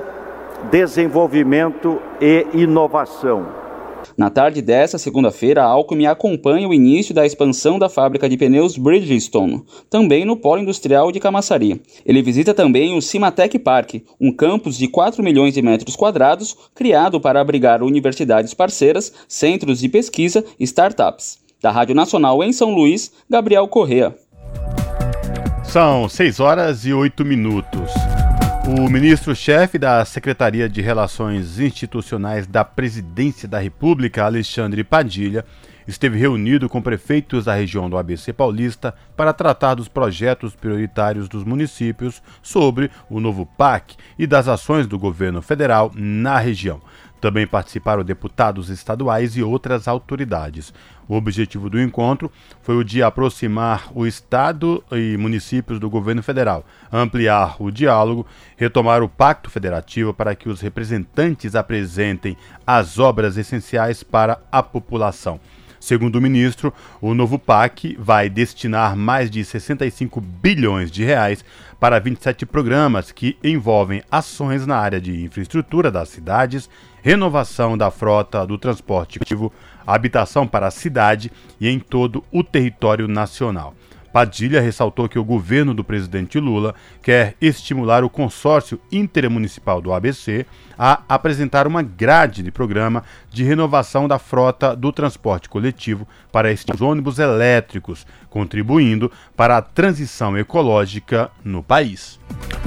desenvolvimento e inovação. Na tarde desta segunda-feira, a Alckmin acompanha o início da expansão da fábrica de pneus Bridgestone, também no Polo Industrial de Camaçari. Ele visita também o Cimatec Park, um campus de 4 milhões de metros quadrados, criado para abrigar universidades parceiras, centros de pesquisa e startups. Da Rádio Nacional em São Luís, Gabriel Correa. São 6 horas e 8 minutos. O ministro-chefe da Secretaria de Relações Institucionais da Presidência da República, Alexandre Padilha, esteve reunido com prefeitos da região do ABC Paulista para tratar dos projetos prioritários dos municípios sobre o novo PAC e das ações do governo federal na região. Também participaram deputados estaduais e outras autoridades. O objetivo do encontro foi o de aproximar o Estado e municípios do governo federal, ampliar o diálogo, retomar o pacto federativo para que os representantes apresentem as obras essenciais para a população. Segundo o ministro, o novo PAC vai destinar mais de 65 bilhões de reais para 27 programas que envolvem ações na área de infraestrutura das cidades, renovação da frota do transporte coletivo, habitação para a cidade e em todo o território nacional. Padilha ressaltou que o governo do presidente Lula quer estimular o consórcio intermunicipal do ABC a apresentar uma grade de programa de renovação da frota do transporte coletivo para estes ônibus elétricos, contribuindo para a transição ecológica no país.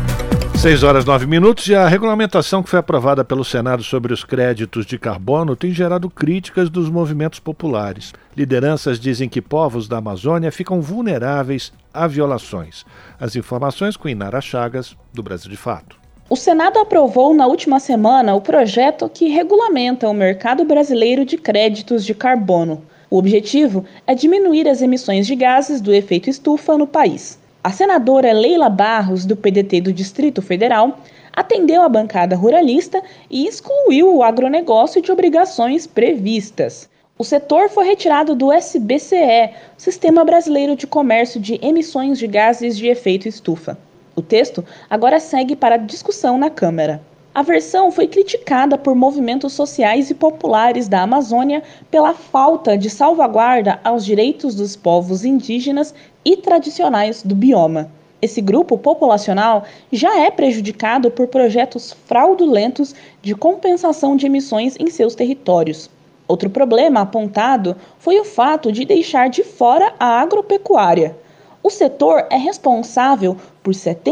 6h09 e a regulamentação que foi aprovada pelo Senado sobre os créditos de carbono tem gerado críticas dos movimentos populares. Lideranças dizem que povos da Amazônia ficam vulneráveis a violações. As informações com Inara Chagas, do Brasil de Fato. O Senado aprovou na última semana o projeto que regulamenta o mercado brasileiro de créditos de carbono. O objetivo é diminuir as emissões de gases do efeito estufa no país. A senadora Leila Barros, do PDT do Distrito Federal, atendeu a bancada ruralista e excluiu o agronegócio de obrigações previstas. O setor foi retirado do SBCE, Sistema Brasileiro de Comércio de Emissões de Gases de Efeito Estufa. O texto agora segue para discussão na Câmara. A versão foi criticada por movimentos sociais e populares da Amazônia pela falta de salvaguarda aos direitos dos povos indígenas e tradicionais do bioma. Esse grupo populacional já é prejudicado por projetos fraudulentos de compensação de emissões em seus territórios. Outro problema apontado foi o fato de deixar de fora a agropecuária. O setor é responsável por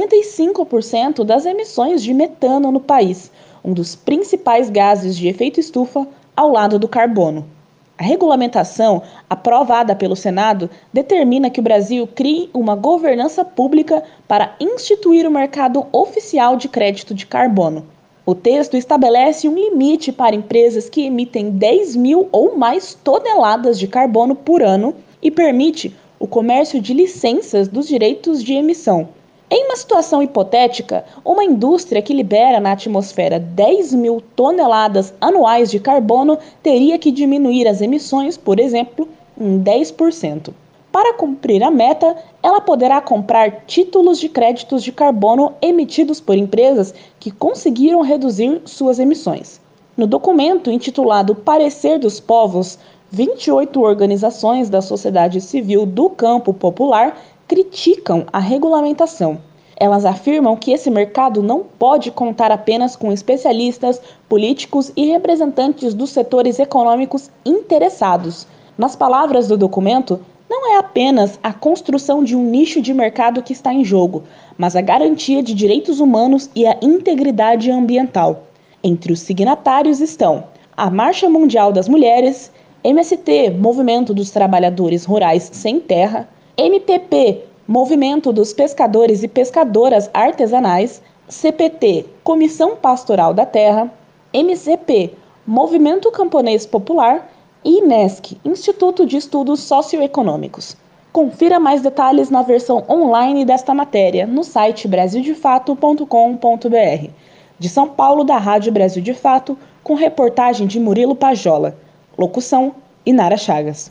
75% das emissões de metano no país, um dos principais gases de efeito estufa ao lado do carbono. A regulamentação, aprovada pelo Senado, determina que o Brasil crie uma governança pública para instituir o mercado oficial de crédito de carbono. O texto estabelece um limite para empresas que emitem 10 mil ou mais toneladas de carbono por ano e permite o comércio de licenças dos direitos de emissão. Em uma situação hipotética, uma indústria que libera na atmosfera 10 mil toneladas anuais de carbono teria que diminuir as emissões, por exemplo, em 10%. Para cumprir a meta, ela poderá comprar títulos de créditos de carbono emitidos por empresas que conseguiram reduzir suas emissões. No documento intitulado Parecer dos Povos, 28 organizações da sociedade civil do campo popular criticam a regulamentação. Elas afirmam que esse mercado não pode contar apenas com especialistas, políticos e representantes dos setores econômicos interessados. Nas palavras do documento, não é apenas a construção de um nicho de mercado que está em jogo, mas a garantia de direitos humanos e a integridade ambiental. Entre os signatários estão a Marcha Mundial das Mulheres, MST, Movimento dos Trabalhadores Rurais Sem Terra, MPP, Movimento dos Pescadores e Pescadoras Artesanais, CPT, Comissão Pastoral da Terra, MCP, Movimento Camponês Popular e INESC, Instituto de Estudos Socioeconômicos. Confira mais detalhes na versão online desta matéria no site brasildefato.com.br. De São Paulo, da Rádio Brasil de Fato, com reportagem de Murilo Pajola. Locução, Inara Chagas.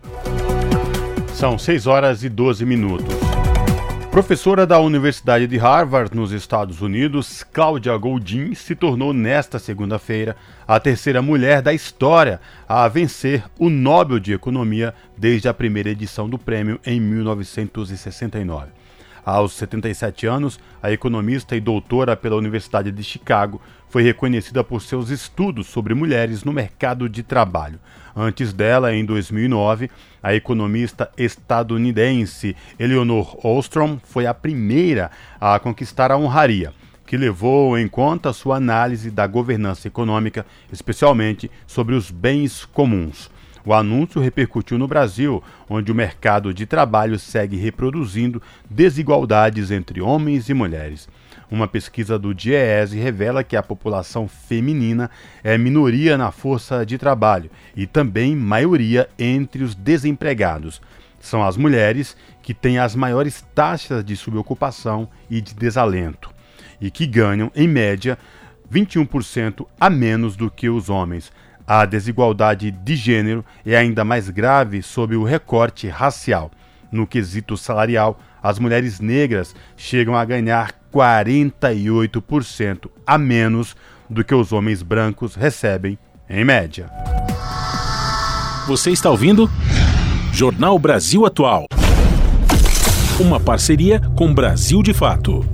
São 6h12. Professora da Universidade de Harvard, nos Estados Unidos, Cláudia Goldin se tornou nesta segunda-feira a terceira mulher da história a vencer o Nobel de Economia desde a primeira edição do prêmio em 1969. Aos 77 anos, a economista e doutora pela Universidade de Chicago foi reconhecida por seus estudos sobre mulheres no mercado de trabalho. Antes dela, em 2009, a economista estadunidense Eleanor Ostrom foi a primeira a conquistar a honraria. que levou em conta sua análise da governança econômica, especialmente sobre os bens comuns. O anúncio repercutiu no Brasil, onde o mercado de trabalho segue reproduzindo desigualdades entre homens e mulheres. Uma pesquisa do DIEESE revela que a população feminina é minoria na força de trabalho e também maioria entre os desempregados. São as mulheres que têm as maiores taxas de subocupação e de desalento e que ganham, em média, 21% a menos do que os homens. A desigualdade de gênero é ainda mais grave sob o recorte racial. No quesito salarial, as mulheres negras chegam a ganhar 48% a menos do que os homens brancos recebem, em média. Você está ouvindo? Jornal Brasil Atual. Uma parceria com Brasil de Fato.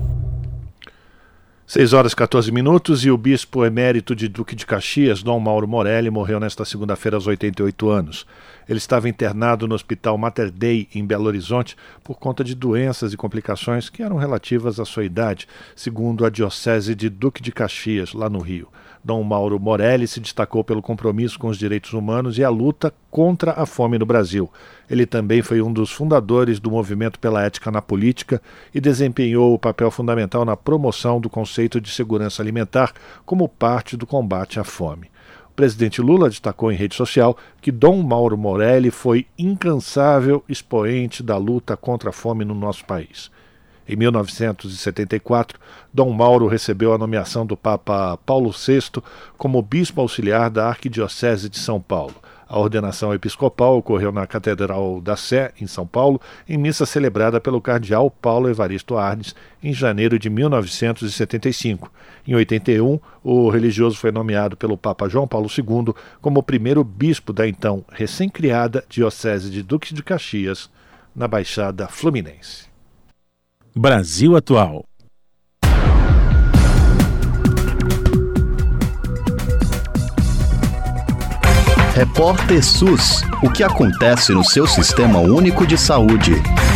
6 horas e 14 minutos e o bispo emérito de Duque de Caxias, Dom Mauro Morelli, morreu nesta segunda-feira aos 88 anos. Ele estava internado no Hospital Mater Dei, em Belo Horizonte, por conta de doenças e complicações que eram relativas à sua idade, segundo a Diocese de Duque de Caxias, lá no Rio. Dom Mauro Morelli se destacou pelo compromisso com os direitos humanos e a luta contra a fome no Brasil. Ele também foi um dos fundadores do Movimento pela Ética na Política e desempenhou o papel fundamental na promoção do conceito de segurança alimentar como parte do combate à fome. O presidente Lula destacou em rede social que Dom Mauro Morelli foi incansável expoente da luta contra a fome no nosso país. Em 1974, Dom Mauro recebeu a nomeação do Papa Paulo VI como bispo auxiliar da Arquidiocese de São Paulo. A ordenação episcopal ocorreu na Catedral da Sé, em São Paulo, em missa celebrada pelo cardeal Paulo Evaristo Arnes, em janeiro de 1975. Em 81, o religioso foi nomeado pelo Papa João Paulo II como o primeiro bispo da então recém-criada Diocese de Duque de Caxias, na Baixada Fluminense. Brasil Atual. Repórter SUS. O que acontece no seu Sistema Único de Saúde?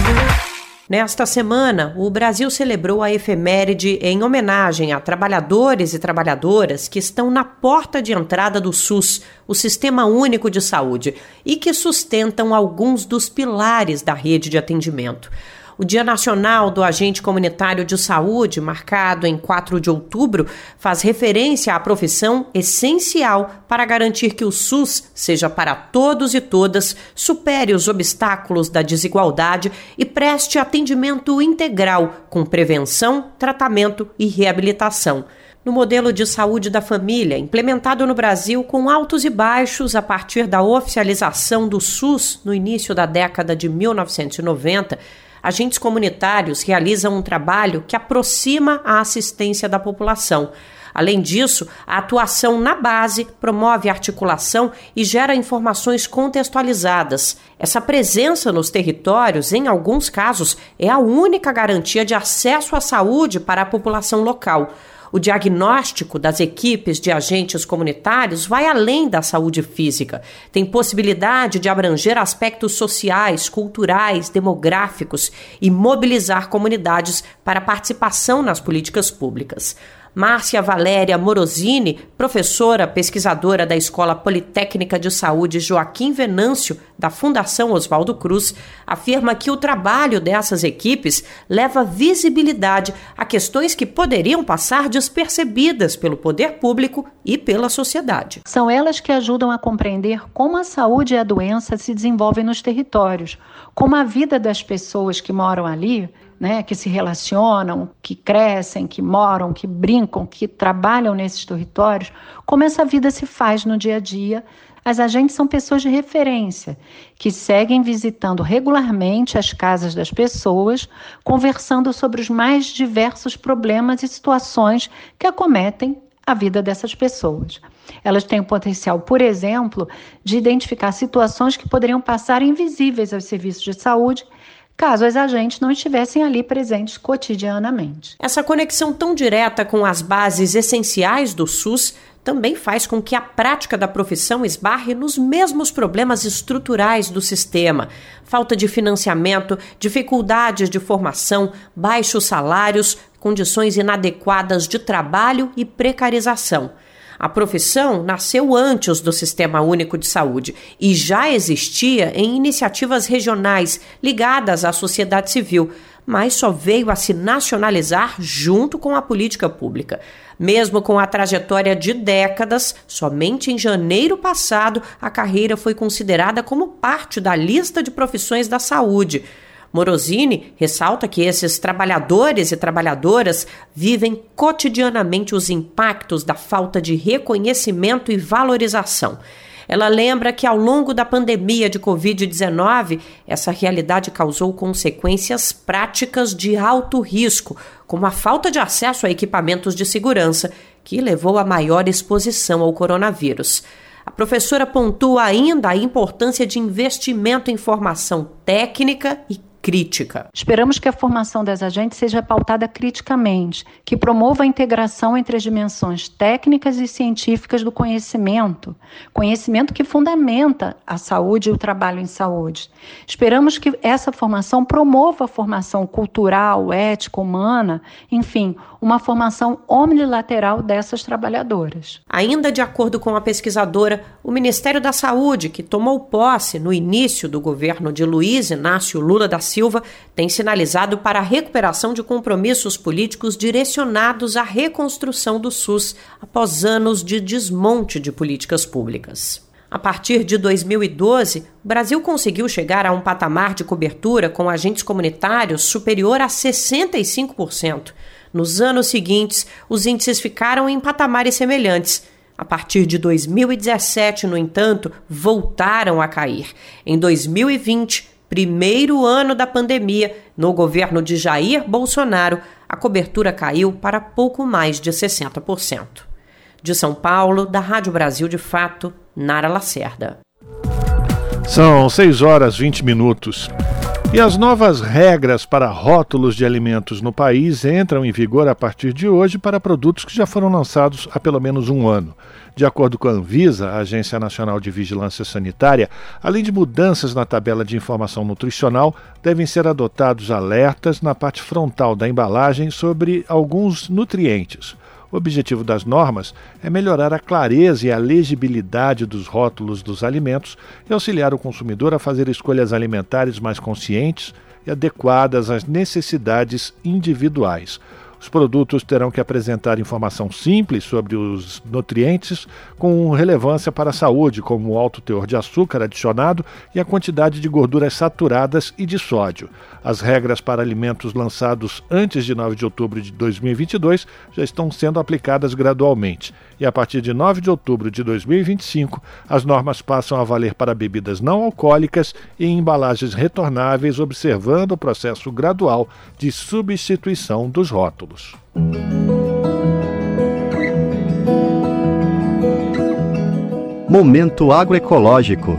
Nesta semana, o Brasil celebrou a efeméride em homenagem a trabalhadores e trabalhadoras que estão na porta de entrada do SUS, o Sistema Único de Saúde, e que sustentam alguns dos pilares da rede de atendimento. O Dia Nacional do Agente Comunitário de Saúde, marcado em 4 de outubro, faz referência à profissão essencial para garantir que o SUS seja para todos e todas, supere os obstáculos da desigualdade e preste atendimento integral, com prevenção, tratamento e reabilitação. No modelo de saúde da família, implementado no Brasil com altos e baixos a partir da oficialização do SUS no início da década de 1990, agentes comunitários realizam um trabalho que aproxima a assistência da população. Além disso, a atuação na base promove a articulação e gera informações contextualizadas. Essa presença nos territórios, em alguns casos, é a única garantia de acesso à saúde para a população local. O diagnóstico das equipes de agentes comunitários vai além da saúde física. Tem possibilidade de abranger aspectos sociais, culturais, demográficos e mobilizar comunidades para participação nas políticas públicas. Márcia Valéria Morosini, professora pesquisadora da Escola Politécnica de Saúde Joaquim Venâncio, da Fundação Oswaldo Cruz, afirma que o trabalho dessas equipes leva visibilidade a questões que poderiam passar despercebidas pelo poder público e pela sociedade. São elas que ajudam a compreender como a saúde e a doença se desenvolvem nos territórios, como a vida das pessoas que moram ali, que se relacionam, que crescem, que moram, que brincam, que trabalham nesses territórios, como essa vida se faz no dia a dia. As agentes são pessoas de referência, que seguem visitando regularmente as casas das pessoas, conversando sobre os mais diversos problemas e situações que acometem a vida dessas pessoas. Elas têm o potencial, por exemplo, de identificar situações que poderiam passar invisíveis aos serviços de saúde, caso as agentes não estivessem ali presentes cotidianamente. Essa conexão tão direta com as bases essenciais do SUS também faz com que a prática da profissão esbarre nos mesmos problemas estruturais do sistema: falta de financiamento, dificuldades de formação, baixos salários, condições inadequadas de trabalho e precarização. A profissão nasceu antes do Sistema Único de Saúde e já existia em iniciativas regionais ligadas à sociedade civil, mas só veio a se nacionalizar junto com a política pública. Mesmo com a trajetória de décadas, somente em janeiro passado a carreira foi considerada como parte da lista de profissões da saúde. Morosini ressalta que esses trabalhadores e trabalhadoras vivem cotidianamente os impactos da falta de reconhecimento e valorização. Ela lembra que ao longo da pandemia de Covid-19, essa realidade causou consequências práticas de alto risco, como a falta de acesso a equipamentos de segurança, que levou à maior exposição ao coronavírus. A professora pontua ainda a importância de investimento em formação técnica e crítica. Esperamos que a formação das agentes seja pautada criticamente, que promova a integração entre as dimensões técnicas e científicas do conhecimento que fundamenta a saúde e o trabalho em saúde. Esperamos que essa formação promova a formação cultural, ética, humana, enfim, uma formação omnilateral dessas trabalhadoras. Ainda de acordo com a pesquisadora, o Ministério da Saúde, que tomou posse no início do governo de Luiz Inácio Lula da Silva, tem sinalizado para a recuperação de compromissos políticos direcionados à reconstrução do SUS após anos de desmonte de políticas públicas. A partir de 2012, o Brasil conseguiu chegar a um patamar de cobertura com agentes comunitários superior a 65%. Nos anos seguintes, os índices ficaram em patamares semelhantes. A partir de 2017, no entanto, voltaram a cair. Em 2020, primeiro ano da pandemia, no governo de Jair Bolsonaro, a cobertura caiu para pouco mais de 60%. De São Paulo, da Rádio Brasil de Fato, Nara Lacerda. São 6h20. E as novas regras para rótulos de alimentos no país entram em vigor a partir de hoje para produtos que já foram lançados há pelo menos um ano. De acordo com a Anvisa, a Agência Nacional de Vigilância Sanitária, além de mudanças na tabela de informação nutricional, devem ser adotados alertas na parte frontal da embalagem sobre alguns nutrientes. O objetivo das normas é melhorar a clareza e a legibilidade dos rótulos dos alimentos e auxiliar o consumidor a fazer escolhas alimentares mais conscientes e adequadas às necessidades individuais. Os produtos terão que apresentar informação simples sobre os nutrientes com relevância para a saúde, como o alto teor de açúcar adicionado e a quantidade de gorduras saturadas e de sódio. As regras para alimentos lançados antes de 9 de outubro de 2022 já estão sendo aplicadas gradualmente. E a partir de 9 de outubro de 2025, as normas passam a valer para bebidas não alcoólicas e em embalagens retornáveis, observando o processo gradual de substituição dos rótulos. Momento agroecológico.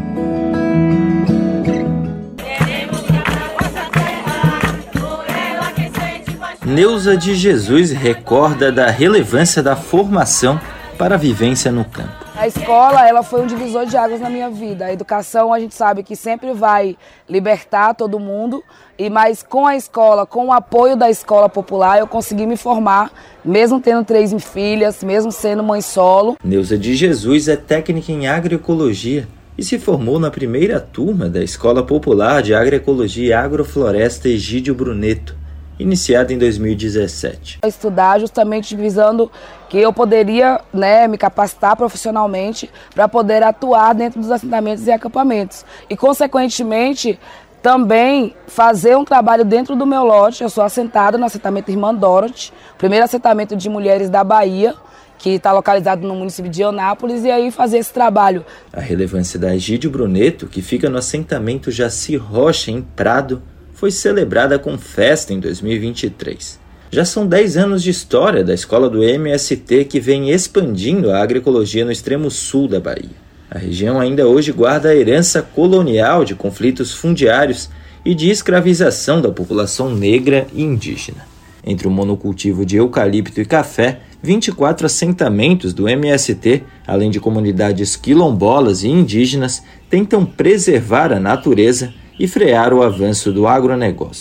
Neuza de Jesus recorda da relevância da formação para a vivência no campo. A escola, ela foi um divisor de águas na minha vida. A educação, a gente sabe que sempre vai libertar todo mundo, mas com a escola, com o apoio da escola popular, eu consegui me formar, mesmo tendo 3 filhas, mesmo sendo mãe solo. Neuza de Jesus é técnica em agroecologia e se formou na primeira turma da Escola Popular de Agroecologia e Agrofloresta Egídio Bruneto, iniciada em 2017. Estudar justamente visando que eu poderia, me capacitar profissionalmente para poder atuar dentro dos assentamentos e acampamentos. E, consequentemente, também fazer um trabalho dentro do meu lote. Eu sou assentada no assentamento Irmã Dorothy, primeiro assentamento de mulheres da Bahia, que está localizado no município de Eunápolis, e aí fazer esse trabalho. A relevância da Egídio Bruneto, que fica no assentamento Jaci Rocha, em Prado, foi celebrada com festa em 2023. Já são 10 anos de história da escola do MST, que vem expandindo a agroecologia no extremo sul da Bahia. A região ainda hoje guarda a herança colonial de conflitos fundiários e de escravização da população negra e indígena. Entre o monocultivo de eucalipto e café, 24 assentamentos do MST, além de comunidades quilombolas e indígenas, tentam preservar a natureza e frear o avanço do agronegócio.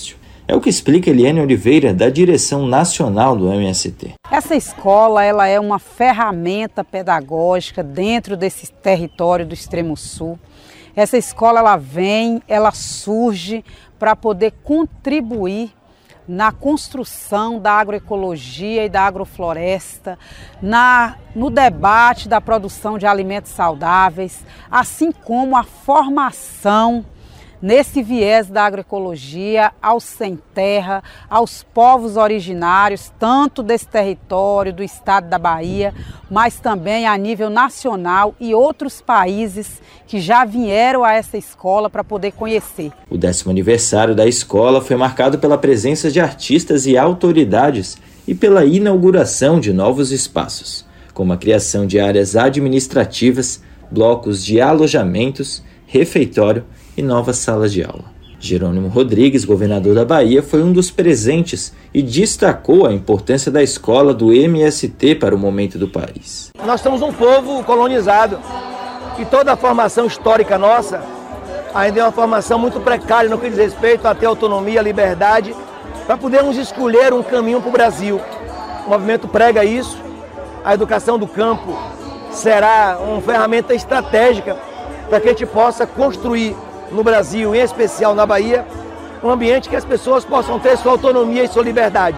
É o que explica Eliane Oliveira, da direção nacional do MST. Essa escola ela é uma ferramenta pedagógica dentro desse território do Extremo Sul. Essa escola ela surge para poder contribuir na construção da agroecologia e da agrofloresta, no debate da produção de alimentos saudáveis, assim como a formação nesse viés da agroecologia aos sem terra, aos povos originários, tanto desse território do estado da Bahia, mas também a nível nacional e outros países que já vieram a essa escola para poder conhecer. O 10º aniversário da escola foi marcado pela presença de artistas e autoridades e pela inauguração de novos espaços, como a criação de áreas administrativas, blocos de alojamentos, refeitório e novas salas de aula. Jerônimo Rodrigues, governador da Bahia, foi um dos presentes e destacou a importância da escola do MST para o momento do país. Nós somos um povo colonizado e toda a formação histórica nossa ainda é uma formação muito precária no que diz respeito a ter autonomia, liberdade, para podermos escolher um caminho para o Brasil. O movimento prega isso, a educação do campo será uma ferramenta estratégica para que a gente possa construir no Brasil, em especial na Bahia, um ambiente que as pessoas possam ter sua autonomia e sua liberdade.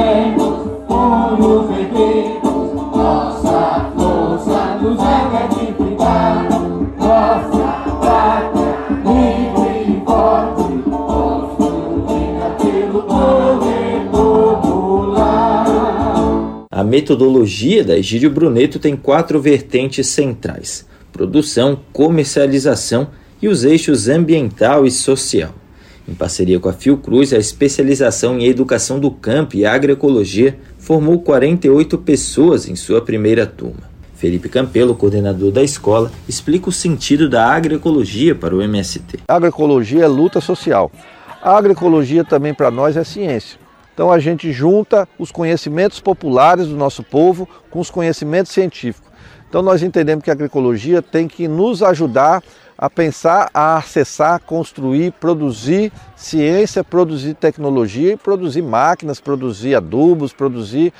A metodologia da Egídio Bruneto tem 4 vertentes centrais: produção, comercialização e os eixos ambiental e social. Em parceria com a Fiocruz, a especialização em educação do campo e agroecologia formou 48 pessoas em sua primeira turma. Felipe Campelo, coordenador da escola, explica o sentido da agroecologia para o MST. A agroecologia é luta social. A agroecologia também para nós é ciência. Então a gente junta os conhecimentos populares do nosso povo com os conhecimentos científicos. Então nós entendemos que a agroecologia tem que nos ajudar a pensar, a acessar, construir, produzir ciência, produzir tecnologia e produzir máquinas, produzir adubos, produzir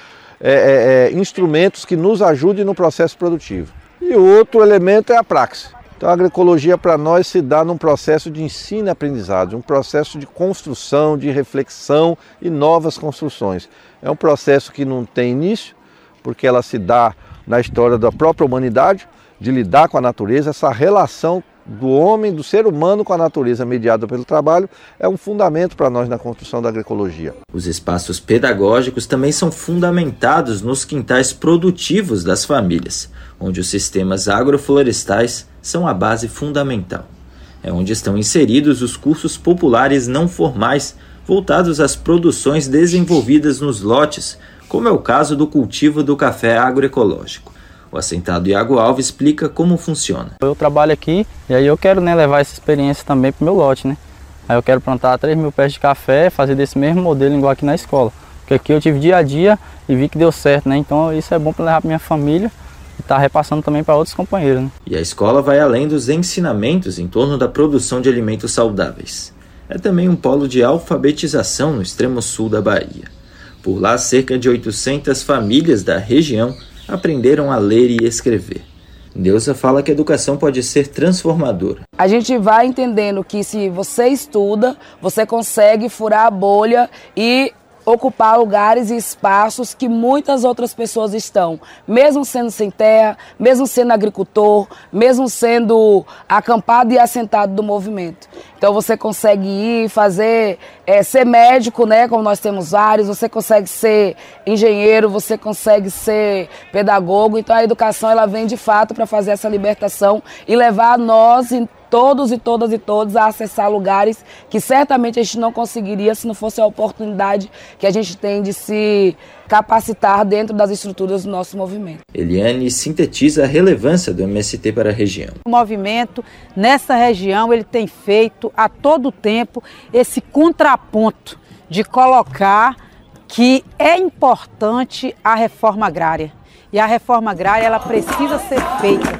instrumentos que nos ajudem no processo produtivo. E o outro elemento é a praxe. Então a agroecologia para nós se dá num processo de ensino e aprendizado, um processo de construção, de reflexão e novas construções. É um processo que não tem início, porque ela se dá na história da própria humanidade, de lidar com a natureza, essa relação do homem, do ser humano com a natureza mediada pelo trabalho, é um fundamento para nós na construção da agroecologia. Os espaços pedagógicos também são fundamentados nos quintais produtivos das famílias, onde os sistemas agroflorestais são a base fundamental. É onde estão inseridos os cursos populares não formais, voltados às produções desenvolvidas nos lotes, como é o caso do cultivo do café agroecológico. O assentado Iago Alves explica como funciona. Eu trabalho aqui e aí eu quero levar essa experiência também para o meu lote. Aí eu quero plantar 3.000 pés de café, fazer desse mesmo modelo igual aqui na escola. Porque aqui eu tive dia a dia e vi que deu certo, Então isso é bom para levar para minha família e estar repassando também para outros companheiros. E a escola vai além dos ensinamentos em torno da produção de alimentos saudáveis. É também um polo de alfabetização no extremo sul da Bahia. Por lá, cerca de 800 famílias da região aprenderam a ler e escrever. Neuza fala que a educação pode ser transformadora. A gente vai entendendo que se você estuda, você consegue furar a bolha e ocupar lugares e espaços que muitas outras pessoas estão, mesmo sendo sem terra, mesmo sendo agricultor, mesmo sendo acampado e assentado do movimento. Então você consegue ir fazer, ser médico, como nós temos vários, você consegue ser engenheiro, você consegue ser pedagogo. Então a educação ela vem de fato para fazer essa libertação e levar nós todos e todas e todos a acessar lugares que certamente a gente não conseguiria se não fosse a oportunidade que a gente tem de se capacitar dentro das estruturas do nosso movimento. Eliane sintetiza a relevância do MST para a região. O movimento nessa região ele tem feito a todo tempo esse contraponto de colocar que é importante a reforma agrária. E a reforma agrária ela precisa ser feita.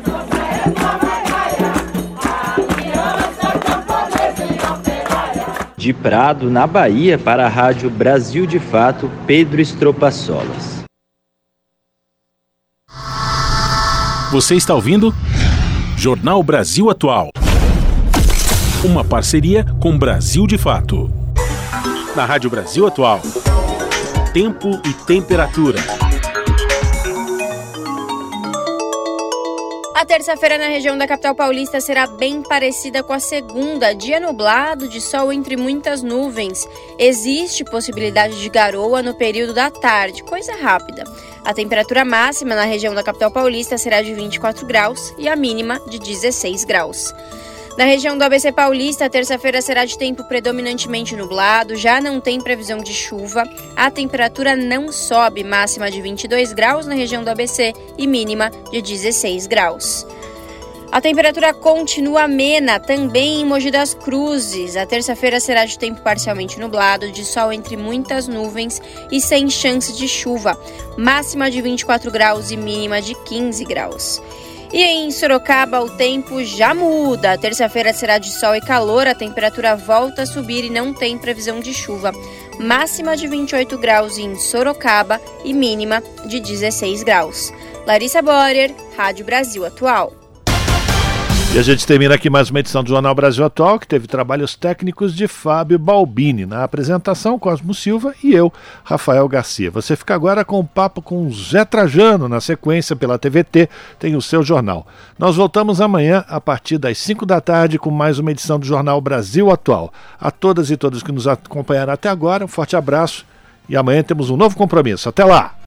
De Prado, na Bahia, para a Rádio Brasil de Fato, Pedro Estropaçolas. Você está ouvindo? Jornal Brasil Atual. Uma parceria com Brasil de Fato. Na Rádio Brasil Atual. Tempo e temperatura. A terça-feira na região da capital paulista será bem parecida com a segunda, dia nublado, de sol entre muitas nuvens. Existe possibilidade de garoa no período da tarde, coisa rápida. A temperatura máxima na região da capital paulista será de 24 graus e a mínima de 16 graus. Na região do ABC Paulista, a terça-feira será de tempo predominantemente nublado, já não tem previsão de chuva, a temperatura não sobe, máxima de 22 graus na região do ABC e mínima de 16 graus. A temperatura continua amena também em Mogi das Cruzes. A terça-feira será de tempo parcialmente nublado, de sol entre muitas nuvens e sem chance de chuva, máxima de 24 graus e mínima de 15 graus. E em Sorocaba o tempo já muda. A terça-feira será de sol e calor, a temperatura volta a subir e não tem previsão de chuva. Máxima de 28 graus em Sorocaba e mínima de 16 graus. Larissa Borer, Rádio Brasil Atual. E a gente termina aqui mais uma edição do Jornal Brasil Atual, que teve trabalhos técnicos de Fábio Balbini. Na apresentação, Cosmo Silva e eu, Rafael Garcia. Você fica agora com um papo com Zé Trajano. Na sequência, pela TVT, tem o seu jornal. Nós voltamos amanhã, a partir das 5 da tarde, com mais uma edição do Jornal Brasil Atual. A todas e todos que nos acompanharam até agora, um forte abraço e amanhã temos um novo compromisso. Até lá!